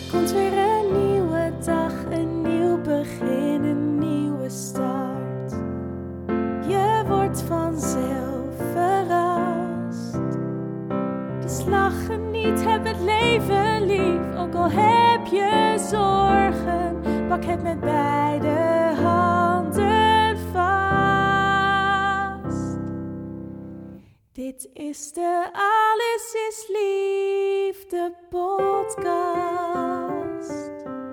Komt weer een nieuwe dag, een nieuw begin, een nieuwe start. Je wordt vanzelf verrast. Dus lach niet, heb het leven lief. Ook al heb je zorgen, pak het met beide handen vast. Dit is de Alles is Liefde podcast.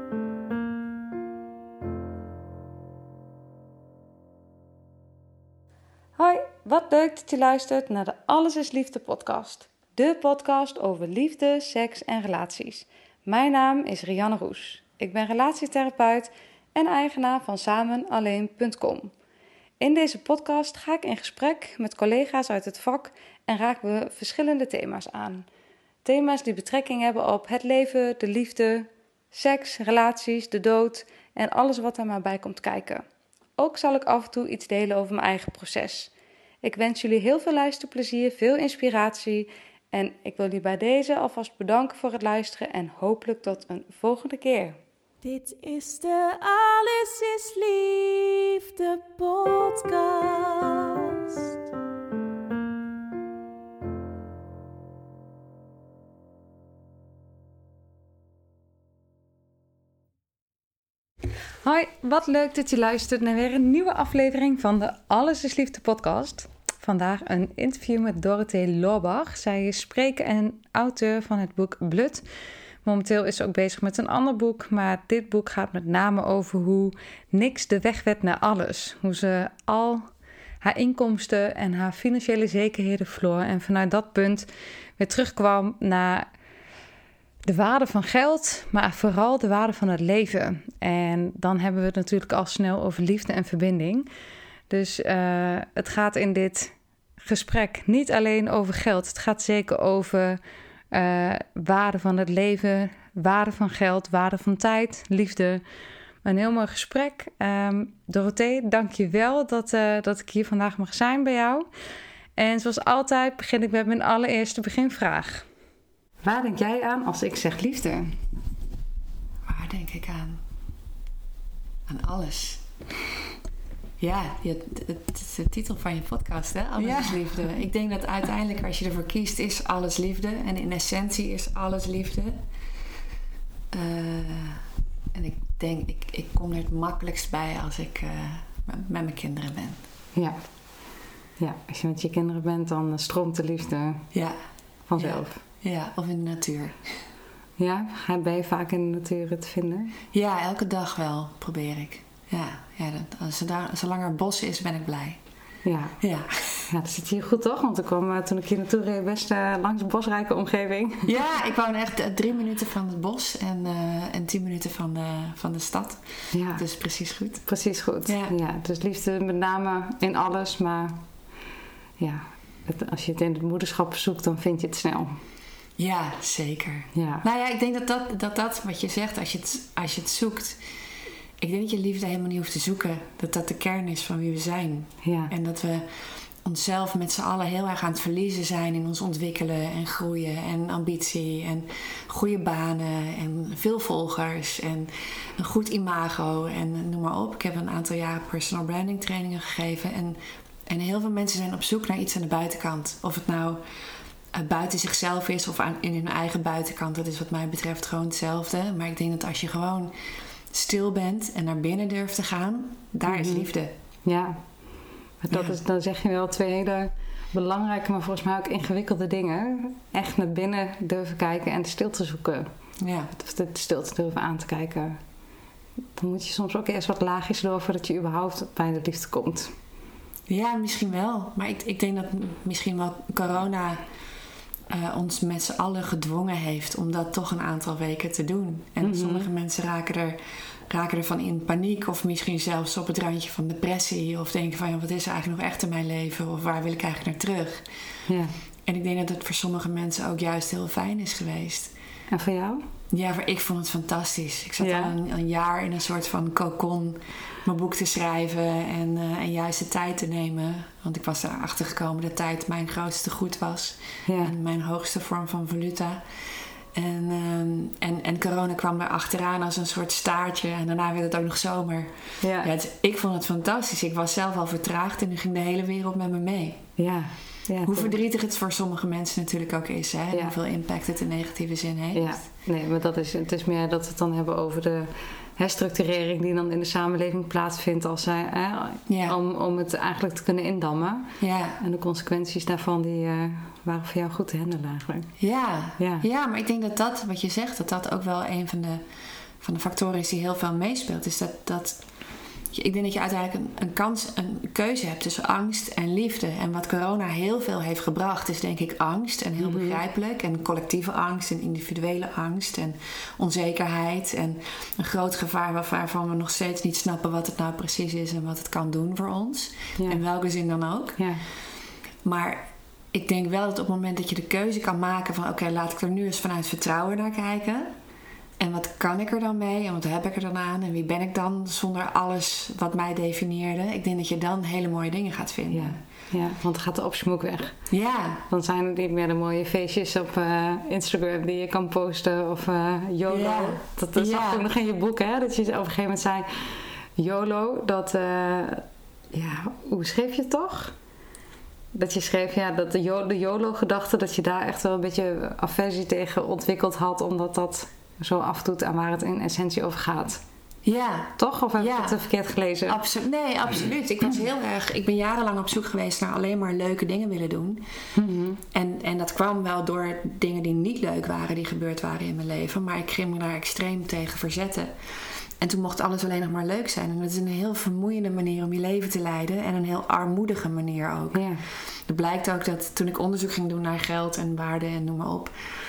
Hoi, wat leuk dat je luistert naar de Alles is Liefde podcast. De podcast over liefde, seks en relaties. Mijn naam is Rianne Roes. Ik ben relatietherapeut en eigenaar van samenalleen.com. In deze podcast ga ik in gesprek met collega's uit het vak en raken we verschillende thema's aan. Thema's die betrekking hebben op het leven, de liefde, seks, relaties, de dood en alles wat er maar bij komt kijken. Ook zal ik af en toe iets delen over mijn eigen proces. Ik wens jullie heel veel luisterplezier, veel inspiratie en ik wil jullie bij deze alvast bedanken voor het luisteren en hopelijk tot een volgende keer. Dit is de Alles is Liefde podcast. Hoi, wat leuk dat je luistert naar weer een nieuwe aflevering van de Alles is Liefde podcast. Vandaag een interview met Dorothee Loorbach. Zij is spreker en auteur van het boek Bloed. Momenteel is ze ook bezig met een ander boek, maar dit boek gaat met name over hoe niks de weg werd naar alles. Hoe ze al haar inkomsten en haar financiële zekerheden verloor en vanuit dat punt weer terugkwam naar de waarde van geld, maar vooral de waarde van het leven. En dan hebben we het natuurlijk al snel over liefde en verbinding. Dus het gaat in dit gesprek niet alleen over geld. Het gaat zeker over waarde van het leven, waarde van geld, waarde van tijd, liefde. Een heel mooi gesprek. Dorothee, dank je wel dat ik hier vandaag mag zijn bij jou. En zoals altijd begin ik met mijn allereerste beginvraag. Waar denk jij aan als ik zeg liefde? Waar denk ik aan? Aan alles. Ja, het is de titel van je podcast, hè? Alles is liefde. Ik denk dat uiteindelijk als je ervoor kiest, is alles liefde. En in essentie is alles liefde. En ik denk, ik kom er het makkelijkst bij als ik met mijn kinderen ben. Ja, als je met je kinderen bent, dan stroomt de liefde vanzelf. Ja, of in de natuur. Ja, ben je vaak in de natuur te vinden? Ja, elke dag wel, probeer ik. Zolang er bos is, ben ik blij. Ja, dat zit hier goed toch? Want toen ik hier naartoe reed, best langs een bosrijke omgeving. Ja, ik woon echt 3 minuten van het bos en 10 minuten van de stad. Ja. Dus precies goed. Precies goed. Ja, dus liefde met name in alles, maar ja, als je het in het moederschap zoekt, dan vind je het snel. Ja, zeker. Ja. Nou ja, ik denk dat wat je zegt, als je het zoekt, ik denk dat je liefde helemaal niet hoeft te zoeken. Dat de kern is van wie we zijn. Ja. En dat we onszelf met z'n allen heel erg aan het verliezen zijn in ons ontwikkelen en groeien en ambitie en goede banen en veel volgers en een goed imago en noem maar op. Ik heb een aantal jaren personal branding trainingen gegeven en heel veel mensen zijn op zoek naar iets aan de buitenkant. Of het nou buiten zichzelf is of in hun eigen buitenkant. Dat is wat mij betreft gewoon hetzelfde. Maar ik denk dat als je gewoon stil bent en naar binnen durft te gaan, daar is liefde. Ja, dan zeg je wel 2 hele belangrijke, maar volgens mij ook ingewikkelde dingen. Echt naar binnen durven kijken en de stilte zoeken. Ja. Of de stilte durven aan te kijken. Dan moet je soms ook eerst wat laagjes door voordat je überhaupt bij de liefde komt. Ja, misschien wel. Maar ik denk dat misschien wel corona ons met z'n allen gedwongen heeft om dat toch een aantal weken te doen. En sommige mensen raken ervan in paniek of misschien zelfs op het randje van depressie of denken van wat is er eigenlijk nog echt in mijn leven of waar wil ik eigenlijk naar terug. Ja. En ik denk dat het voor sommige mensen ook juist heel fijn is geweest. En voor jou? Ja, ik vond het fantastisch. Ik zat al een jaar in een soort van cocon mijn boek te schrijven en juist de tijd te nemen. Want ik was erachter gekomen dat tijd mijn grootste goed was. Ja. En mijn hoogste vorm van valuta. En corona kwam er achteraan als een soort staartje. En daarna werd het ook nog zomer. Ja. Ik vond het fantastisch. Ik was zelf al vertraagd en nu ging de hele wereld met me mee. Ja. Hoe verdrietig het voor sommige mensen natuurlijk ook is. Hè? En hoeveel impact het in negatieve zin heeft. Ja. Nee, maar het is meer dat we het dan hebben over de herstructurering die dan in de samenleving plaatsvindt om het eigenlijk te kunnen indammen. Ja. En de consequenties daarvan die waren voor jou goed te handelen eigenlijk. Ja, maar ik denk dat wat je zegt, dat ook wel een van de factoren is die heel veel meespeelt. Is dat ik denk dat je uiteindelijk een keuze hebt tussen angst en liefde. En wat corona heel veel heeft gebracht is denk ik angst. En heel begrijpelijk. En collectieve angst en individuele angst. En onzekerheid. En een groot gevaar waarvan we nog steeds niet snappen wat het nou precies is. En wat het kan doen voor ons. Ja. In welke zin dan ook. Ja. Maar ik denk wel dat op het moment dat je de keuze kan maken van oké, laat ik er nu eens vanuit vertrouwen naar kijken. En wat kan ik er dan mee? En wat heb ik er dan aan? En wie ben ik dan zonder alles wat mij definieerde? Ik denk dat je dan hele mooie dingen gaat vinden. Ja, want dan gaat de opsmoek weg. Ja. Dan zijn het niet meer de mooie feestjes op Instagram die je kan posten. Of YOLO. Ja. Dat zag ik nog in je boek, hè? Dat je op een gegeven moment zei... YOLO, dat... hoe schreef je het toch? Dat je schreef, dat de YOLO-gedachte... dat je daar echt wel een beetje aversie tegen ontwikkeld had... omdat dat... zo afdoet aan waar het in essentie over gaat. Ja. Toch? Of heb ik het verkeerd gelezen? Nee, absoluut. Ik ben jarenlang op zoek geweest naar alleen maar leuke dingen willen doen. Mm-hmm. En dat kwam wel door dingen die niet leuk waren, die gebeurd waren in mijn leven. Maar ik ging me daar extreem tegen verzetten. En toen mocht alles alleen nog maar leuk zijn. En dat is een heel vermoeiende manier om je leven te leiden. En een heel armoedige manier ook. Ja. Er blijkt ook dat toen ik onderzoek ging doen naar geld en waarde en noem maar op...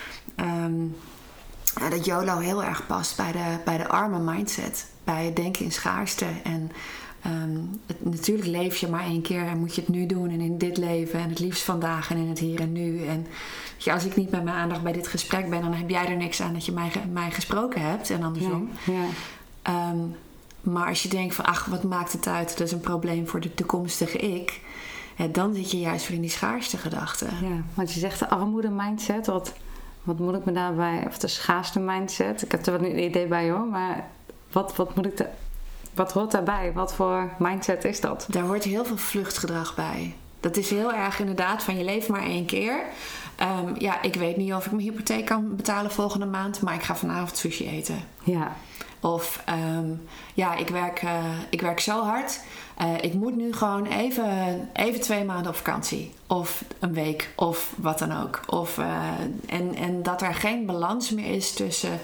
dat YOLO heel erg past bij de arme mindset. Bij het denken in schaarste. En natuurlijk leef je maar één keer en moet je het nu doen. En in dit leven en het liefst vandaag en in het hier en nu. En als ik niet met mijn aandacht bij dit gesprek ben... dan heb jij er niks aan dat je mij gesproken hebt. En andersom. Ja. Maar als je denkt van... wat maakt het uit? Dat is een probleem voor de toekomstige ik. Dan zit je juist weer in die schaarste gedachten. Ja, want je zegt de armoede mindset... Wat moet ik me daarbij... Of de schaarste mindset. Ik heb er wel een idee bij hoor. Maar wat hoort daarbij? Wat voor mindset is dat? Daar hoort heel veel vluchtgedrag bij. Dat is heel erg inderdaad van je leeft maar één keer. Ik weet niet of ik mijn hypotheek kan betalen volgende maand. Maar ik ga vanavond sushi eten. Ja. Of ik werk zo hard. Ik moet nu gewoon even 2 maanden op vakantie. Of een week. Of wat dan ook. En dat er geen balans meer is tussen...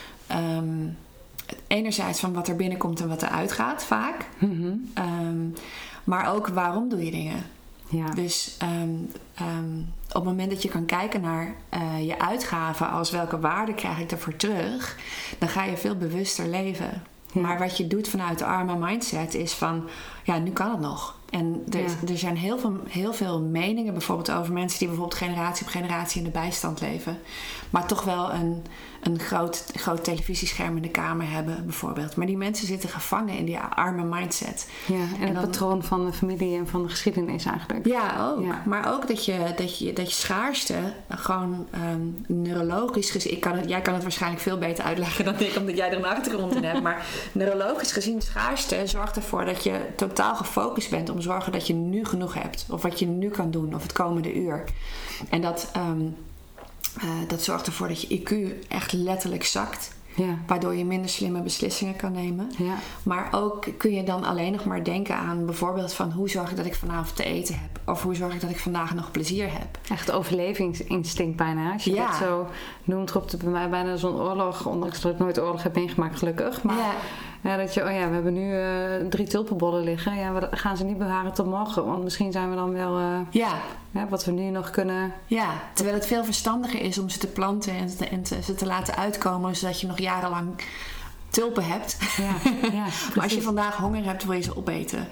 enerzijds van wat er binnenkomt en wat er uitgaat vaak. Mm-hmm. Maar ook waarom doe je dingen. Ja. Dus op het moment dat je kan kijken naar je uitgaven... als welke waarde krijg ik ervoor terug... dan ga je veel bewuster leven. Ja. Maar wat je doet vanuit de arme mindset is van... nu kan het nog. En er zijn heel veel meningen bijvoorbeeld over mensen... die bijvoorbeeld generatie op generatie in de bijstand leven. Maar toch wel een groot televisiescherm in de kamer hebben bijvoorbeeld. Maar die mensen zitten gevangen in die arme mindset. Ja, en het patroon van de familie en van de geschiedenis eigenlijk. Ja, ook. Ja. Maar ook dat je schaarste gewoon neurologisch gezien... Jij kan het waarschijnlijk veel beter uitleggen dan ik... omdat jij er een achtergrond in hebt. Maar neurologisch gezien schaarste zorgt ervoor dat je totaal gefocust bent... om te zorgen dat je nu genoeg hebt. Of wat je nu kan doen. Of het komende uur. En dat zorgt ervoor dat je IQ echt letterlijk zakt. Ja. Waardoor je minder slimme beslissingen kan nemen. Ja. Maar ook kun je dan alleen nog maar denken aan bijvoorbeeld van... hoe zorg ik dat ik vanavond te eten heb? Of hoe zorg ik dat ik vandaag nog plezier heb? Echt overlevingsinstinct bijna. Als je dat zo noemt, roept het bij mij bijna zo'n oorlog. Ondanks dat ik nooit oorlog heb meegemaakt, gelukkig. Maar dat je, we hebben nu 3 tulpenbollen liggen. Ja, we gaan ze niet bewaren tot morgen. Want misschien zijn we dan wel... wat we nu nog kunnen... Ja, terwijl het veel verstandiger is om ze te planten en ze te laten uitkomen... zodat je nog jarenlang tulpen hebt. Ja, maar als je vandaag honger hebt, wil je ze opeten. Ja.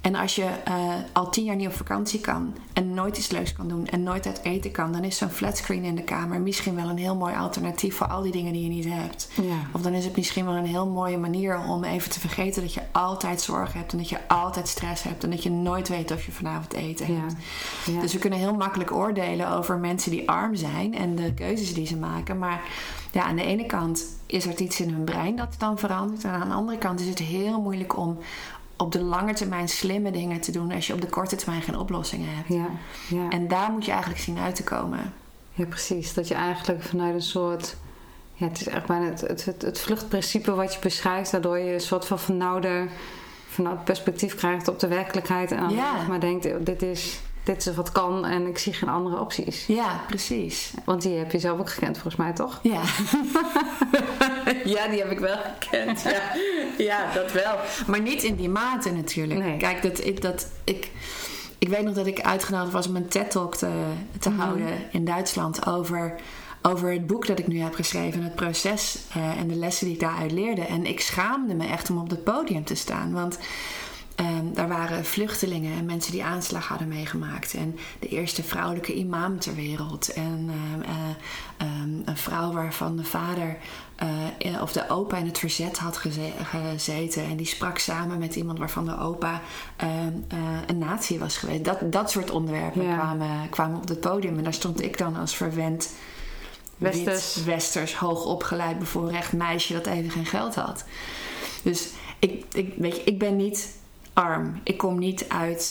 En als je al 10 jaar niet op vakantie kan en nooit iets leuks kan doen en nooit uit eten kan, dan is zo'n flatscreen in de kamer misschien wel een heel mooi alternatief voor al die dingen die je niet hebt. Ja. Of dan is het misschien wel een heel mooie manier om even te vergeten dat je altijd zorg hebt en dat je altijd stress hebt en dat je nooit weet of je vanavond eten hebt. Ja. Dus we kunnen heel makkelijk oordelen over mensen die arm zijn en de keuzes die ze maken. Maar ja, aan de ene kant is er iets in hun brein dat dan verandert. En aan de andere kant is het heel moeilijk om op de lange termijn slimme dingen te doen als je op de korte termijn geen oplossingen hebt. Ja. Ja. En daar moet je eigenlijk zien uit te komen. Ja, precies. Dat je eigenlijk vanuit een soort... Ja, het is echt bijna het vluchtprincipe wat je beschrijft, waardoor je een soort van vernauwd perspectief krijgt op de werkelijkheid. En dan maar denkt, dit is wat kan en ik zie geen andere opties. Ja, precies. Want die heb je zelf ook gekend volgens mij, toch? Ja. Ja, die heb ik wel gekend. Ja. Ja, dat wel. Maar niet in die mate natuurlijk. Nee. Kijk, ik weet nog dat ik uitgenodigd was om een TED-talk te houden in Duitsland over het boek dat ik nu heb geschreven, het proces en de lessen die ik daaruit leerde. En ik schaamde me echt om op het podium te staan. Want daar waren vluchtelingen en mensen die aanslag hadden meegemaakt. En de eerste vrouwelijke imam ter wereld. En een vrouw waarvan de vader of de opa in het verzet had gezeten. En die sprak samen met iemand waarvan de opa een nazi was geweest. Dat soort onderwerpen kwamen op het podium. En daar stond ik dan als verwend westers hoog opgeleid bevoorrecht meisje dat even geen geld had. Dus ik ben niet arm. Ik kom niet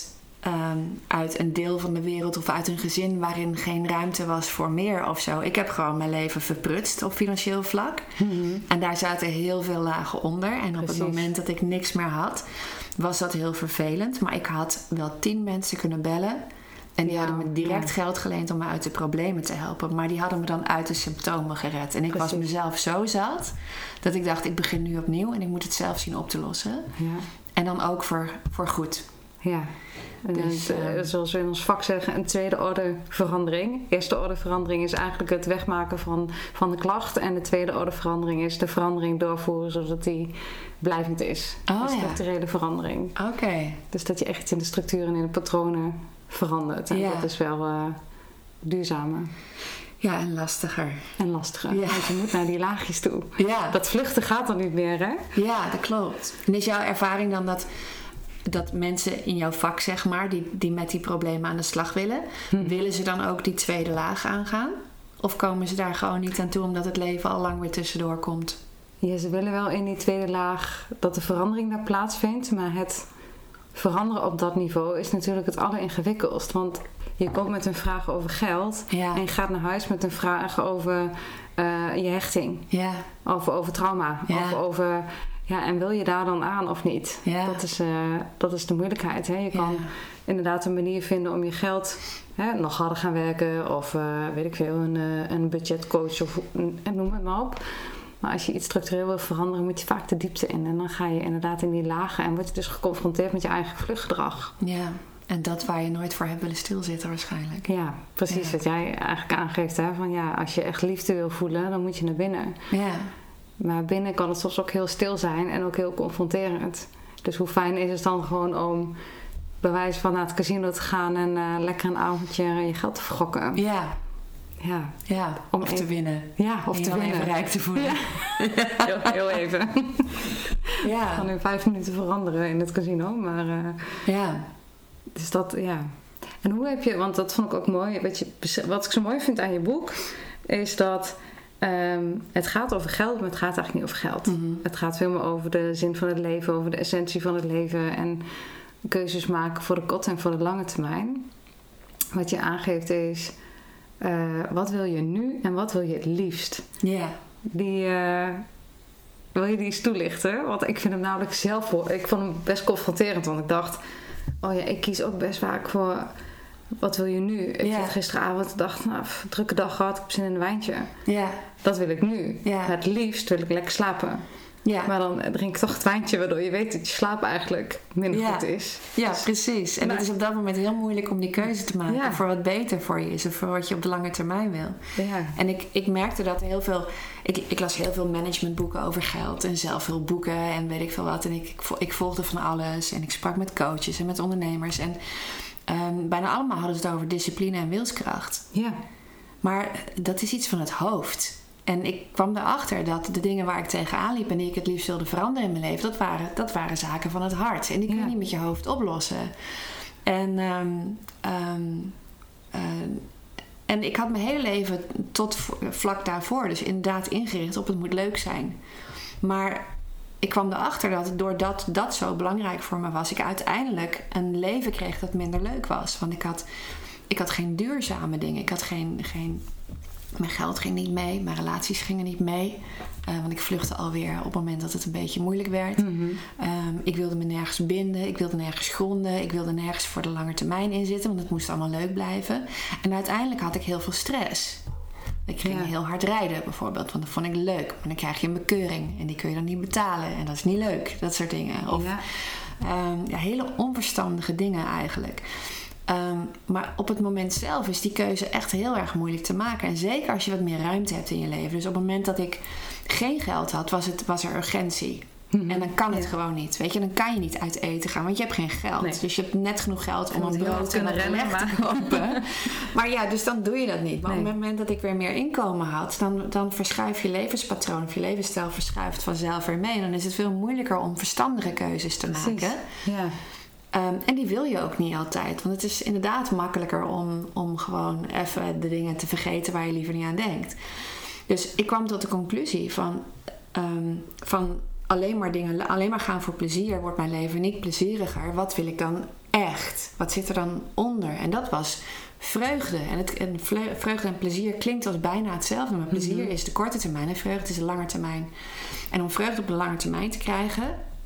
uit een deel van de wereld of uit een gezin waarin geen ruimte was voor meer of zo. Ik heb gewoon mijn leven verprutst op financieel vlak. Mm-hmm. En daar zaten heel veel lagen onder. En op het moment dat ik niks meer had, was dat heel vervelend. Maar ik had wel 10 mensen kunnen bellen. En die hadden me direct geld geleend om me uit de problemen te helpen. Maar die hadden me dan uit de symptomen gered. En ik was mezelf zo zat dat ik dacht, ik begin nu opnieuw en ik moet het zelf zien op te lossen. Ja. En dan ook voor goed. Ja. Dus, zoals we in ons vak zeggen, een tweede orde verandering. Eerste orde verandering is eigenlijk het wegmaken van de klacht. En de tweede orde verandering is de verandering doorvoeren zodat die blijvend is. Een structurele verandering. Oké. Dus dat je echt iets in de structuren en in de patronen verandert. En dat is wel duurzamer. Ja, en lastiger. Ja. Want je moet naar die laagjes toe. Ja. Dat vluchten gaat dan niet meer, hè? Ja, dat klopt. En is jouw ervaring dan dat mensen in jouw vak, zeg maar, die met die problemen aan de slag willen, willen ze dan ook die tweede laag aangaan? Of komen ze daar gewoon niet aan toe omdat het leven al lang weer tussendoor komt? Ja, ze willen wel in die tweede laag dat de verandering daar plaatsvindt, maar het veranderen op dat niveau is natuurlijk het alleringewikkeldst. Want je komt met een vraag over geld en je gaat naar huis met een vraag over je hechting. Ja. Of over trauma. Ja. Of over... Ja, en wil je daar dan aan of niet? Ja. Dat is de moeilijkheid. Hè? Je kan inderdaad een manier vinden om je geld nog harder gaan werken. Of weet ik veel, een budgetcoach of noem het maar op. Maar als je iets structureel wil veranderen, moet je vaak de diepte in. En dan ga je inderdaad in die lagen en word je dus geconfronteerd met je eigen vluchtgedrag. Ja, en dat waar je nooit voor hebt willen stilzitten waarschijnlijk. Ja, precies wat jij eigenlijk aangeeft. Hè? Van als je echt liefde wil voelen, dan moet je naar binnen. Ja. Maar binnen kan het soms ook heel stil zijn en ook heel confronterend. Dus hoe fijn is het dan gewoon om bij wijze van naar het casino te gaan en lekker een avondje je geld te vergokken. Ja. Om te winnen. Ja, of te winnen. Even rijk te voelen. Ja. heel even. Ja. Het kan in 5 minuten veranderen in het casino, maar... Dus dat, En hoe heb je... Want dat vond ik ook mooi. Wat ik zo mooi vind aan je boek, is dat... het gaat over geld, maar het gaat eigenlijk niet over geld. Mm-hmm. Het gaat veel meer over de zin van het leven, over de essentie van het leven en keuzes maken voor de korte en voor de lange termijn. Wat je aangeeft is, wat wil je nu en wat wil je het liefst? Ja. Wil je die eens toelichten? Want ik vind hem namelijk zelf... Ik vond hem best confronterend, want ik dacht... ik kies ook best vaak voor... Wat wil je nu? Ik had gisteravond dacht, drukke dag gehad, ik heb zin in een wijntje. Ja. Dat wil ik nu. Ja. Het liefst wil ik lekker slapen. Ja. Maar dan drink ik toch het wijntje, waardoor je weet dat je slaap eigenlijk minder goed is. Ja, precies. En Maar het is op dat moment heel moeilijk om die keuze te maken voor wat beter voor je is of voor wat je op de lange termijn wil. Ja. En ik merkte dat heel veel. Ik las heel veel managementboeken over geld en zelfhulpboeken en weet ik veel wat. En ik volgde van alles en ik sprak met coaches en met ondernemers. En bijna allemaal hadden ze het over discipline en wilskracht. Ja. Maar dat is iets van het hoofd. En ik kwam erachter dat de dingen waar ik tegenaan liep en die ik het liefst wilde veranderen in mijn leven, dat waren zaken van het hart. En die kun je niet met je hoofd oplossen. En ik had mijn hele leven tot vlak daarvoor dus inderdaad ingericht op het moet leuk zijn. Maar ik kwam erachter dat doordat dat zo belangrijk voor me was, ik uiteindelijk een leven kreeg dat minder leuk was. Want ik had geen duurzame dingen. Ik had mijn geld ging niet mee. Mijn relaties gingen niet mee. Want ik vluchtte alweer op het moment dat het een beetje moeilijk werd. Mm-hmm. Ik wilde me nergens binden. Ik wilde nergens gronden. Ik wilde nergens voor de lange termijn in zitten. Want het moest allemaal leuk blijven. En uiteindelijk had ik heel veel stress. Ik ging heel hard rijden bijvoorbeeld. Want dat vond ik leuk. Maar dan krijg je een bekeuring. En die kun je dan niet betalen. En dat is niet leuk. Dat soort dingen. Of hele onverstandige dingen eigenlijk. Maar op het moment zelf is die keuze echt heel erg moeilijk te maken. En zeker als je wat meer ruimte hebt in je leven. Dus op het moment dat ik geen geld had, was er urgentie. En dan kan het gewoon niet. Weet je, dan kan je niet uit eten gaan, want je hebt geen geld. Nee. Dus je hebt net genoeg geld om een brood en een beleg te kopen. Maar ja, dus dan doe je dat niet. Maar op het moment dat ik weer meer inkomen had, dan verschuift je levenspatroon of je levensstijl verschuift vanzelf weer mee. En dan is het veel moeilijker om verstandige keuzes te maken. Ja. En die wil je ook niet altijd. Want het is inderdaad makkelijker om gewoon even de dingen te vergeten waar je liever niet aan denkt. Dus ik kwam tot de conclusie van alleen maar gaan voor plezier wordt mijn leven niet plezieriger. Wat wil ik dan echt? Wat zit er dan onder? En dat was vreugde. En vreugde en plezier klinkt als bijna hetzelfde. Maar plezier is de korte termijn en vreugde is de lange termijn. En om vreugde op de lange termijn te krijgen,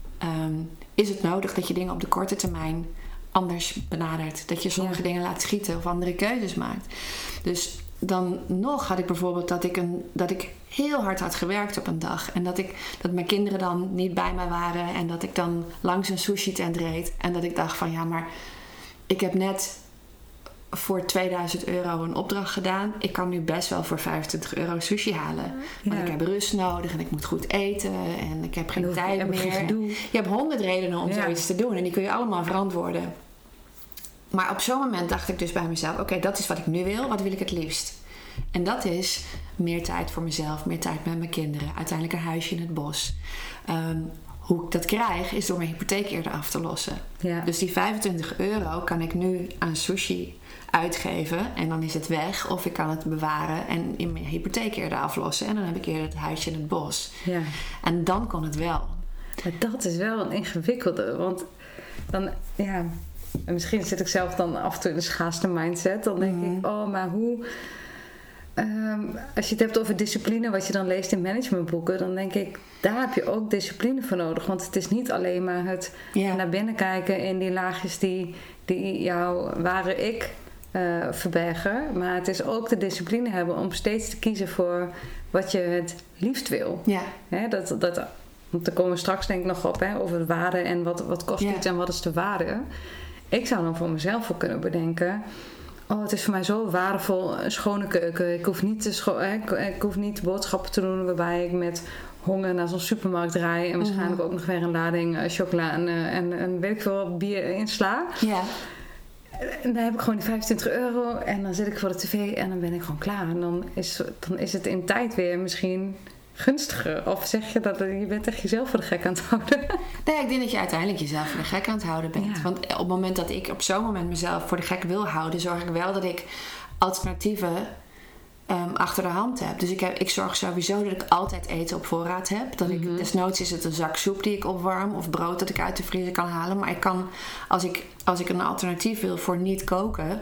is het nodig dat je dingen op de korte termijn anders benadert. Dat je sommige dingen laat schieten of andere keuzes maakt. Dus dan nog had ik bijvoorbeeld dat ik heel hard had gewerkt op een dag. En dat mijn kinderen dan niet bij mij waren. En dat ik dan langs een sushi tent reed. En dat ik dacht van ja, maar ik heb net voor €2000 een opdracht gedaan. Ik kan nu best wel voor €25 sushi halen. Want ik heb rust nodig en ik moet goed eten. En ik heb geen tijd meer. Je hebt 100 redenen om zoiets te doen. En die kun je allemaal verantwoorden. Maar op zo'n moment dacht ik dus bij mezelf, oké, dat is wat ik nu wil. Wat wil ik het liefst? En dat is meer tijd voor mezelf. Meer tijd met mijn kinderen. Uiteindelijk een huisje in het bos. Hoe ik dat krijg is door mijn hypotheek eerder af te lossen. Ja. Dus die €25 kan ik nu aan sushi uitgeven en dan is het weg. Of ik kan het bewaren en in mijn hypotheek eerder aflossen. En dan heb ik eerder het huisje in het bos. Ja. En dan kon het wel. Maar dat is wel een ingewikkelde. Want dan, ja, misschien zit ik zelf dan af en toe in de schaarste mindset. Dan denk ik, oh, maar hoe... als je het hebt over discipline, wat je dan leest in managementboeken, dan denk ik, daar heb je ook discipline voor nodig. Want het is niet alleen maar het naar binnen kijken in die laagjes die jouw ware ik verbergen. Maar het is ook de discipline hebben om steeds te kiezen voor wat je het liefst wil. Ja. Want daar komen we straks denk ik nog op, over de waarde en wat kost iets en wat is de waarde. Ik zou dan voor mezelf wel kunnen bedenken, oh, het is voor mij zo waardevol, een schone keuken. Ik hoef niet boodschappen te doen waarbij ik met honger naar zo'n supermarkt rij en waarschijnlijk ook nog weer een lading chocola en weet ik veel bier insla. Ja. En dan heb ik gewoon die €25 en dan zit ik voor de tv en dan ben ik gewoon klaar. En dan is het in tijd weer misschien gunstiger. Of zeg je dat je bent echt jezelf voor de gek aan het houden? Nee, ik denk dat je uiteindelijk jezelf voor de gek aan het houden bent. Ja. Want op het moment dat ik op zo'n moment mezelf voor de gek wil houden, zorg ik wel dat ik alternatieven achter de hand heb. Dus ik zorg sowieso dat ik altijd eten op voorraad heb. Dat ik, desnoods is het een zak soep die ik opwarm of brood dat ik uit de vriezer kan halen. Maar ik kan, als ik een alternatief wil voor niet koken,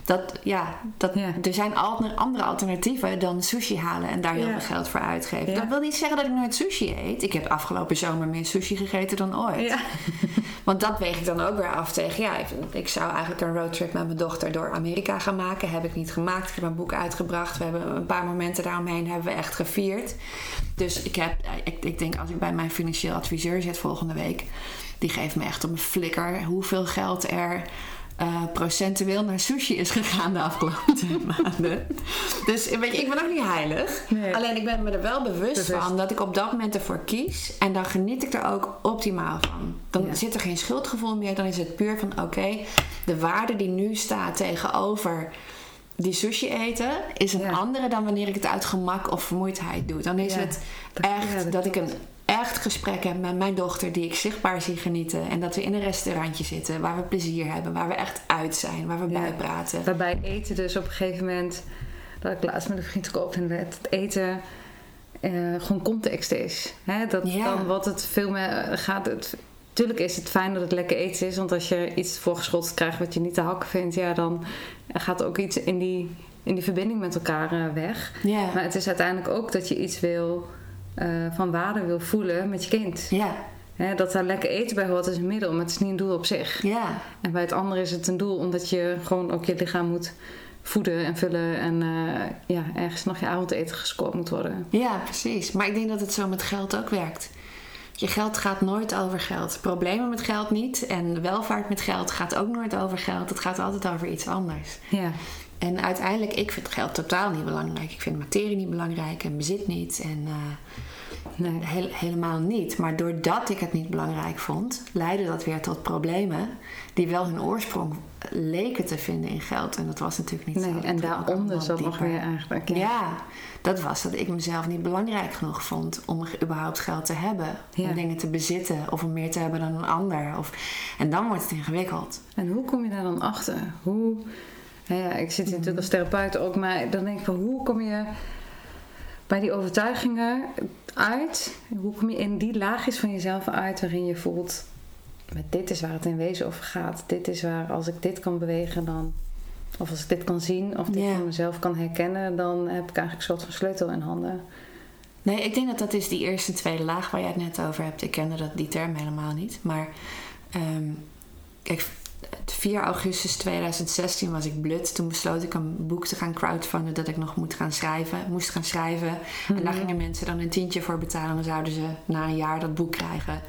er zijn andere alternatieven dan sushi halen en daar heel veel geld voor uitgeven. Ja. Dat wil niet zeggen dat ik nooit sushi eet. Ik heb afgelopen zomer meer sushi gegeten dan ooit. Ja. Want dat weeg ik dan ook weer af tegen... Ja, ik zou eigenlijk een roadtrip met mijn dochter door Amerika gaan maken. Heb ik niet gemaakt. Ik heb een boek uitgebracht. We hebben een paar momenten daaromheen hebben we echt gevierd. Dus ik denk als ik bij mijn financieel adviseur zit volgende week... Die geeft me echt op een flikker hoeveel geld er... procentueel naar sushi is gegaan de afgelopen 2 maanden. Dus weet je, ik ben ook niet heilig. Nee. Alleen ik ben me er wel bewust van dat ik op dat moment ervoor kies. En dan geniet ik er ook optimaal van. Dan zit er geen schuldgevoel meer. Dan is het puur van oké, de waarde die nu staat tegenover die sushi eten... is een andere dan wanneer ik het uit gemak of vermoeidheid doe. Dan is het echt dat ik een... echt gesprek heb met mijn dochter die ik zichtbaar zie genieten. En dat we in een restaurantje zitten waar we plezier hebben. Waar we echt uit zijn. Waar we bijpraten. Waarbij eten dus op een gegeven moment... Dat ik laatst met een vriend gekoopt en het eten gewoon context is. Hè? Dan wat het veel meer gaat... Tuurlijk is het fijn dat het lekker eten is. Want als je iets voorgeschoteld krijgt wat je niet te hakken vindt... Ja, dan gaat ook iets in die verbinding met elkaar weg. Yeah. Maar het is uiteindelijk ook dat je iets wil... van waarde wil voelen met je kind. Ja. Dat daar lekker eten bij hoort is een middel, maar het is niet een doel op zich. Ja. En bij het andere is het een doel omdat je gewoon ook je lichaam moet voeden en vullen en ergens nog je avondeten gescoord moet worden. Ja, precies. Maar ik denk dat het zo met geld ook werkt. Je geld gaat nooit over geld. Problemen met geld niet. En welvaart met geld gaat ook nooit over geld. Het gaat altijd over iets anders. Ja. En uiteindelijk, ik vind geld totaal niet belangrijk. Ik vind materie niet belangrijk en bezit niet. En helemaal niet. Maar doordat ik het niet belangrijk vond, leidde dat weer tot problemen die wel hun oorsprong leken te vinden in geld. En dat was natuurlijk niet zo. En daaronder zat nog weer eigenlijk. Ja, dat was dat ik mezelf niet belangrijk genoeg vond om überhaupt geld te hebben. Ja. Om dingen te bezitten of om meer te hebben dan een ander. En dan wordt het ingewikkeld. En hoe kom je daar dan achter? Ik zit hier natuurlijk als therapeut ook, maar dan denk ik van hoe kom je bij die overtuigingen uit? Hoe kom je in die laagjes van jezelf uit waarin je voelt, met dit is waar het in wezen over gaat. Dit is waar als ik dit kan bewegen dan, of als ik dit kan zien of dit van mezelf kan herkennen, dan heb ik eigenlijk een soort van sleutel in handen. Nee, ik denk dat is die eerste en tweede laag waar jij het net over hebt. Ik kende die term helemaal niet, maar kijk, 4 augustus 2016 was ik blut. Toen besloot ik een boek te gaan crowdfunden dat ik nog moest gaan schrijven. Mm-hmm. En daar gingen mensen dan een tientje voor betalen. Dan zouden ze na een jaar dat boek krijgen.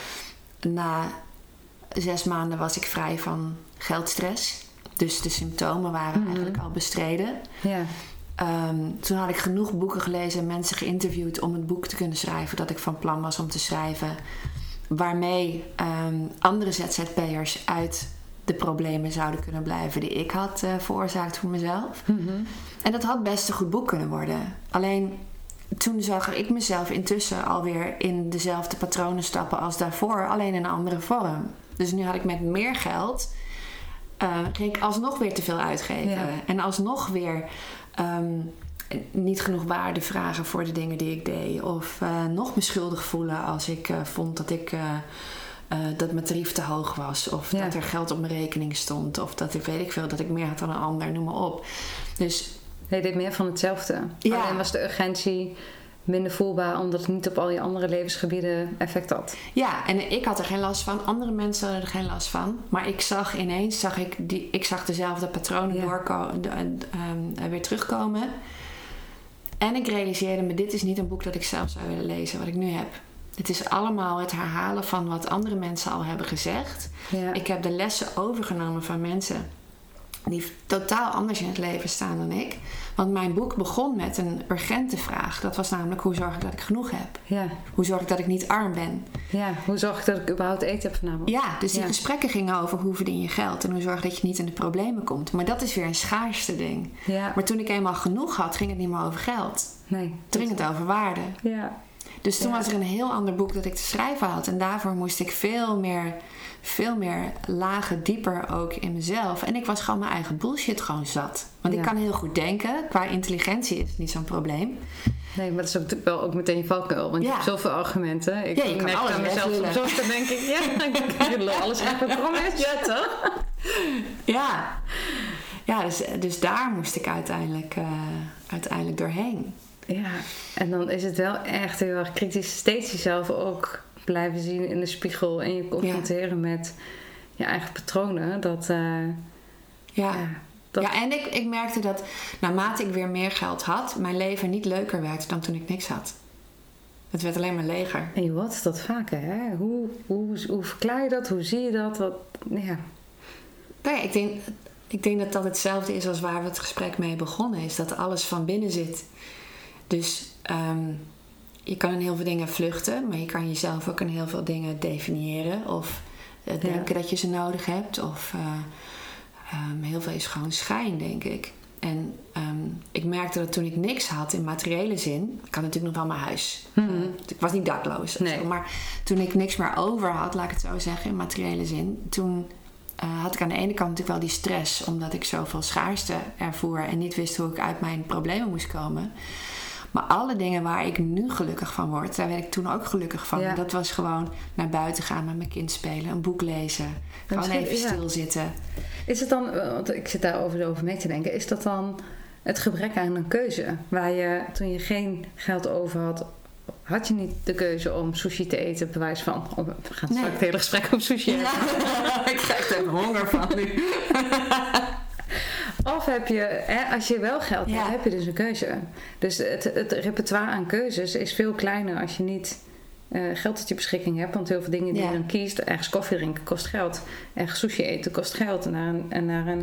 Na 6 maanden was ik vrij van geldstress. Dus de symptomen waren eigenlijk al bestreden. Ja. Toen had ik genoeg boeken gelezen en mensen geïnterviewd om het boek te kunnen schrijven dat ik van plan was om te schrijven. Waarmee andere ZZP'ers uit de problemen zouden kunnen blijven die ik had veroorzaakt voor mezelf. Mm-hmm. En dat had best een goed boek kunnen worden. Alleen toen zag ik mezelf intussen alweer in dezelfde patronen stappen als daarvoor, alleen in een andere vorm. Dus nu had ik met meer geld, ging ik alsnog weer te veel uitgeven. Ja. En alsnog weer niet genoeg waarde vragen voor de dingen die ik deed. Of nog me schuldig voelen als ik vond dat mijn tarief te hoog was. Of dat er geld op mijn rekening stond. Of dat dat ik meer had dan een ander. Noem maar op. Dus je deed meer van hetzelfde. Ja. Alleen was de urgentie minder voelbaar omdat het niet op al je andere levensgebieden effect had. Ja, en ik had er geen last van. Andere mensen hadden er geen last van. Maar ik zag ineens dezelfde patronen weer terugkomen. En ik realiseerde me, dit is niet een boek dat ik zelf zou willen lezen, wat ik nu heb. Het is allemaal het herhalen van wat andere mensen al hebben gezegd. Ja. Ik heb de lessen overgenomen van mensen die totaal anders in het leven staan dan ik. Want mijn boek begon met een urgente vraag. Dat was namelijk, hoe zorg ik dat ik genoeg heb? Ja. Hoe zorg ik dat ik niet arm ben? Ja, hoe zorg ik dat ik überhaupt eten heb vanavond? Ja, dus die gesprekken gingen over hoe verdien je geld en hoe zorg dat je niet in de problemen komt. Maar dat is weer een schaarste ding. Ja. Maar toen ik eenmaal genoeg had, ging het niet meer over geld. Nee. Toen ging het over waarde. Ja. Dus toen was er een heel ander boek dat ik te schrijven had. En daarvoor moest ik veel meer lagen dieper ook in mezelf. En ik was gewoon mijn eigen bullshit gewoon zat. Want ik kan heel goed denken. Qua intelligentie is het niet zo'n probleem. Nee, maar dat is ook wel ook meteen je valkuil. Want je hebt zoveel argumenten. Ik kan alles aan mezelf soms dan denk ik, ik wil alles echt wat krom is. Ja, toch? Ja, dus daar moest ik uiteindelijk doorheen. Ja, en dan is het wel echt heel erg kritisch. Steeds jezelf ook blijven zien in de spiegel. En je confronteren met je eigen patronen. En ik merkte dat naarmate ik weer meer geld had, mijn leven niet leuker werd dan toen ik niks had. Het werd alleen maar leger. En wat is dat vaker, hè? Hoe verklaar je dat? Hoe zie je dat? Ik denk dat dat hetzelfde is als waar we het gesprek mee begonnen. Is dat alles van binnen zit. Dus je kan in heel veel dingen vluchten. Maar je kan jezelf ook in heel veel dingen definiëren. Of denken dat je ze nodig hebt. Of heel veel is gewoon schijn, denk ik. En ik merkte dat toen ik niks had in materiële zin. Ik had natuurlijk nog wel mijn huis. Ik was niet dakloos. Nee. Maar toen ik niks meer over had, laat ik het zo zeggen, in materiële zin. Toen had ik aan de ene kant natuurlijk wel die stress. Omdat ik zoveel schaarste ervoer. En niet wist hoe ik uit mijn problemen moest komen. Maar alle dingen waar ik nu gelukkig van word, daar werd ik toen ook gelukkig van. Ja. Dat was gewoon naar buiten gaan met mijn kind spelen. Een boek lezen. Gewoon even stilzitten. Is het dan, want ik zit daarover mee te denken. Is dat dan het gebrek aan een keuze? Waar je, toen je geen geld over had, had je niet de keuze om sushi te eten, bewijs van. We gaan straks het hele gesprek om sushi hebben. Ja. Ik krijg er honger van nu. Of heb je, als je wel geld hebt, heb je dus een keuze. Dus het repertoire aan keuzes is veel kleiner als je niet geld tot je beschikking hebt. Want heel veel dingen die je dan kiest, ergens koffie drinken kost geld. Ergens sushi eten kost geld. En naar een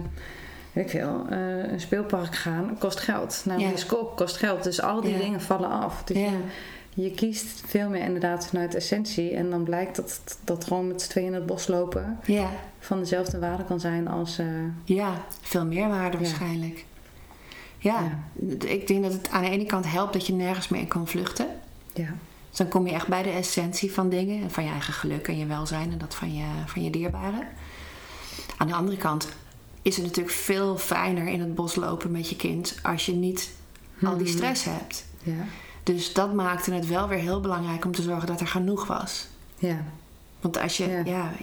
speelpark gaan kost geld. Naar een bioscoop kost geld. Dus al die dingen vallen af. Dus je kiest veel meer inderdaad vanuit essentie. En dan blijkt dat gewoon met z'n tweeën in het bos lopen van dezelfde waarde kan zijn als... veel meer waarde waarschijnlijk. Ja, ik denk dat het aan de ene kant helpt dat je nergens meer in kan vluchten. Ja. Dus dan kom je echt bij de essentie van dingen. En van je eigen geluk en je welzijn en dat van je dierbaren. Aan de andere kant is het natuurlijk veel fijner in het bos lopen met je kind als je niet al die stress hebt. Ja. Dus dat maakte het wel weer heel belangrijk om te zorgen dat er genoeg was. Ja. Want als je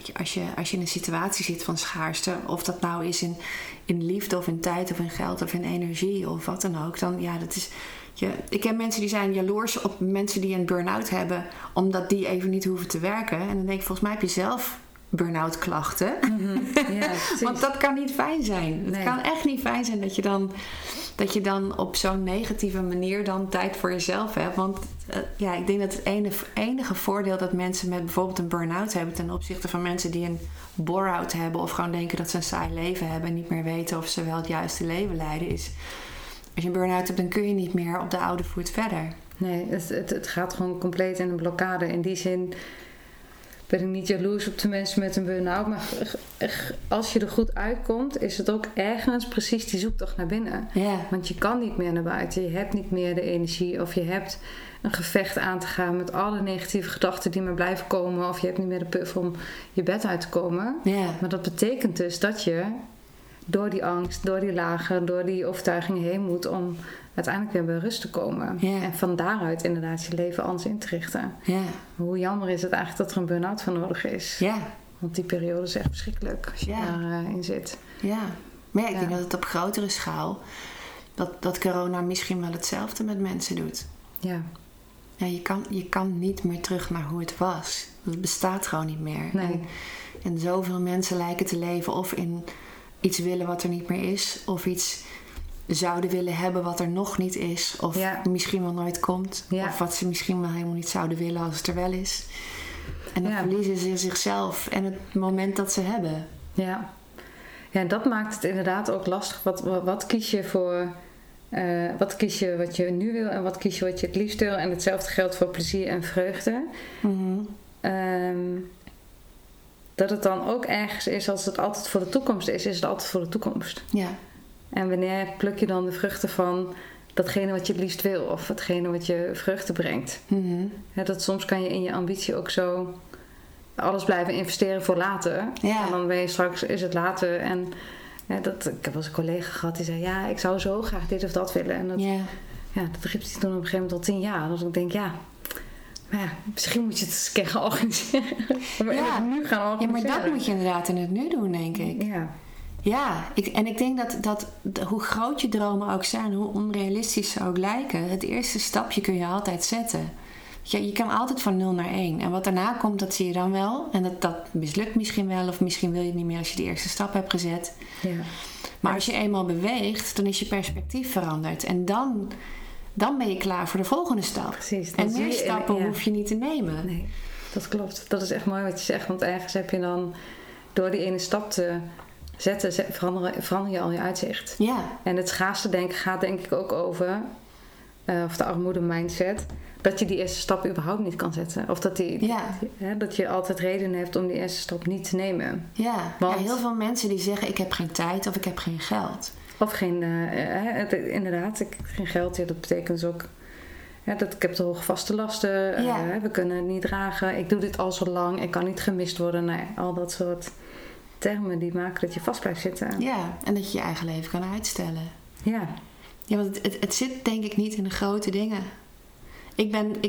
in een situatie zit van schaarste, of dat nou is in liefde of in tijd of in geld of in energie of wat dan ook, dan dat is... Ik ken mensen die zijn jaloers op mensen die een burn-out hebben, omdat die even niet hoeven te werken. En dan denk ik, volgens mij heb je zelf burn-out klachten. Ja, want dat kan niet fijn zijn. Nee. Het kan echt niet fijn zijn dat je dan op zo'n negatieve manier dan tijd voor jezelf hebt. Want ik denk dat het enige voordeel dat mensen met bijvoorbeeld een burn-out hebben ten opzichte van mensen die een bore-out hebben of gewoon denken dat ze een saai leven hebben en niet meer weten of ze wel het juiste leven leiden, is als je een burn-out hebt, dan kun je niet meer op de oude voet verder. Nee, het gaat gewoon compleet in een blokkade. In die zin ben ik niet jaloers op de mensen met een burn-out. Maar als je er goed uitkomt, is het ook ergens precies die zoektocht naar binnen. Ja. Want je kan niet meer naar buiten. Je hebt niet meer de energie. Of je hebt een gevecht aan te gaan met alle negatieve gedachten die maar blijven komen. Of je hebt niet meer de puff om je bed uit te komen. Ja. Maar dat betekent dus dat je door die angst, door die lagen, door die overtuigingen heen moet om uiteindelijk weer bij rust te komen. Ja. En van daaruit inderdaad je leven anders in te richten. Ja. Hoe jammer is het eigenlijk dat er een burn-out voor nodig is. Ja. Want die periode is echt verschrikkelijk als je daarin zit. Ja. Maar ik denk dat het op grotere schaal dat corona misschien wel hetzelfde met mensen doet. Ja. Ja, je kan niet meer terug naar hoe het was. Het bestaat gewoon niet meer. Nee. En zoveel mensen lijken te leven of in iets willen wat er niet meer is, of iets zouden willen hebben wat er nog niet is, of misschien wel nooit komt, of wat ze misschien wel helemaal niet zouden willen als het er wel is. En dan verliezen ze zichzelf en het moment dat ze hebben. Ja, en dat maakt het inderdaad ook lastig. Wat kies je voor? Wat kies je wat je nu wil en wat kies je wat je het liefst wil? En hetzelfde geldt voor plezier en vreugde. Mm-hmm. Dat het dan ook ergens is, als het altijd voor de toekomst is het altijd voor de toekomst. Ja. En wanneer pluk je dan de vruchten van datgene wat je het liefst wil, of hetgene wat je vreugde brengt? Mm-hmm. Dat soms kan je in je ambitie ook zo alles blijven investeren voor later. Ja. En dan ben je straks, is het later. En ik heb wel eens een collega gehad die zei, ik zou zo graag dit of dat willen. En dat riep hij toen op een gegeven moment al 10 jaar. Dus ik denk, maar misschien moet je het eens een keer gaan organiseren. Maar nu gaan organiseren. Ja, maar dat moet je inderdaad in het nu doen, denk ik. Ja. Ja, ik denk dat hoe groot je dromen ook zijn, hoe onrealistisch ze ook lijken, het eerste stapje kun je altijd zetten. Je kan altijd van 0 naar 1. En wat daarna komt, dat zie je dan wel. En dat mislukt misschien wel, of misschien wil je het niet meer als je de eerste stap hebt gezet. Ja. Maar als je eenmaal beweegt, dan is je perspectief veranderd. En dan ben je klaar voor de volgende stap. Precies. En meer stappen hoef je niet te nemen. Nee, dat klopt. Dat is echt mooi wat je zegt. Want ergens heb je dan, door die ene stap te zetten, verander je al je uitzicht. Ja. En het schaarste denken gaat denk ik ook over, of de armoede mindset, dat je die eerste stap überhaupt niet kan zetten. Of dat je altijd reden hebt om die eerste stap niet te nemen. Ja, want heel veel mensen die zeggen, ik heb geen tijd of ik heb geen geld. Of geen, inderdaad, geen geld. Ja, dat betekent dus ook dat ik heb te hoge vaste lasten. We kunnen het niet dragen. Ik doe dit al zo lang. Ik kan niet gemist worden. Nee, al dat soort termen die maken dat je vast blijft zitten. Ja, en dat je je eigen leven kan uitstellen. Ja. Ja, want het zit denk ik niet in de grote dingen. Ik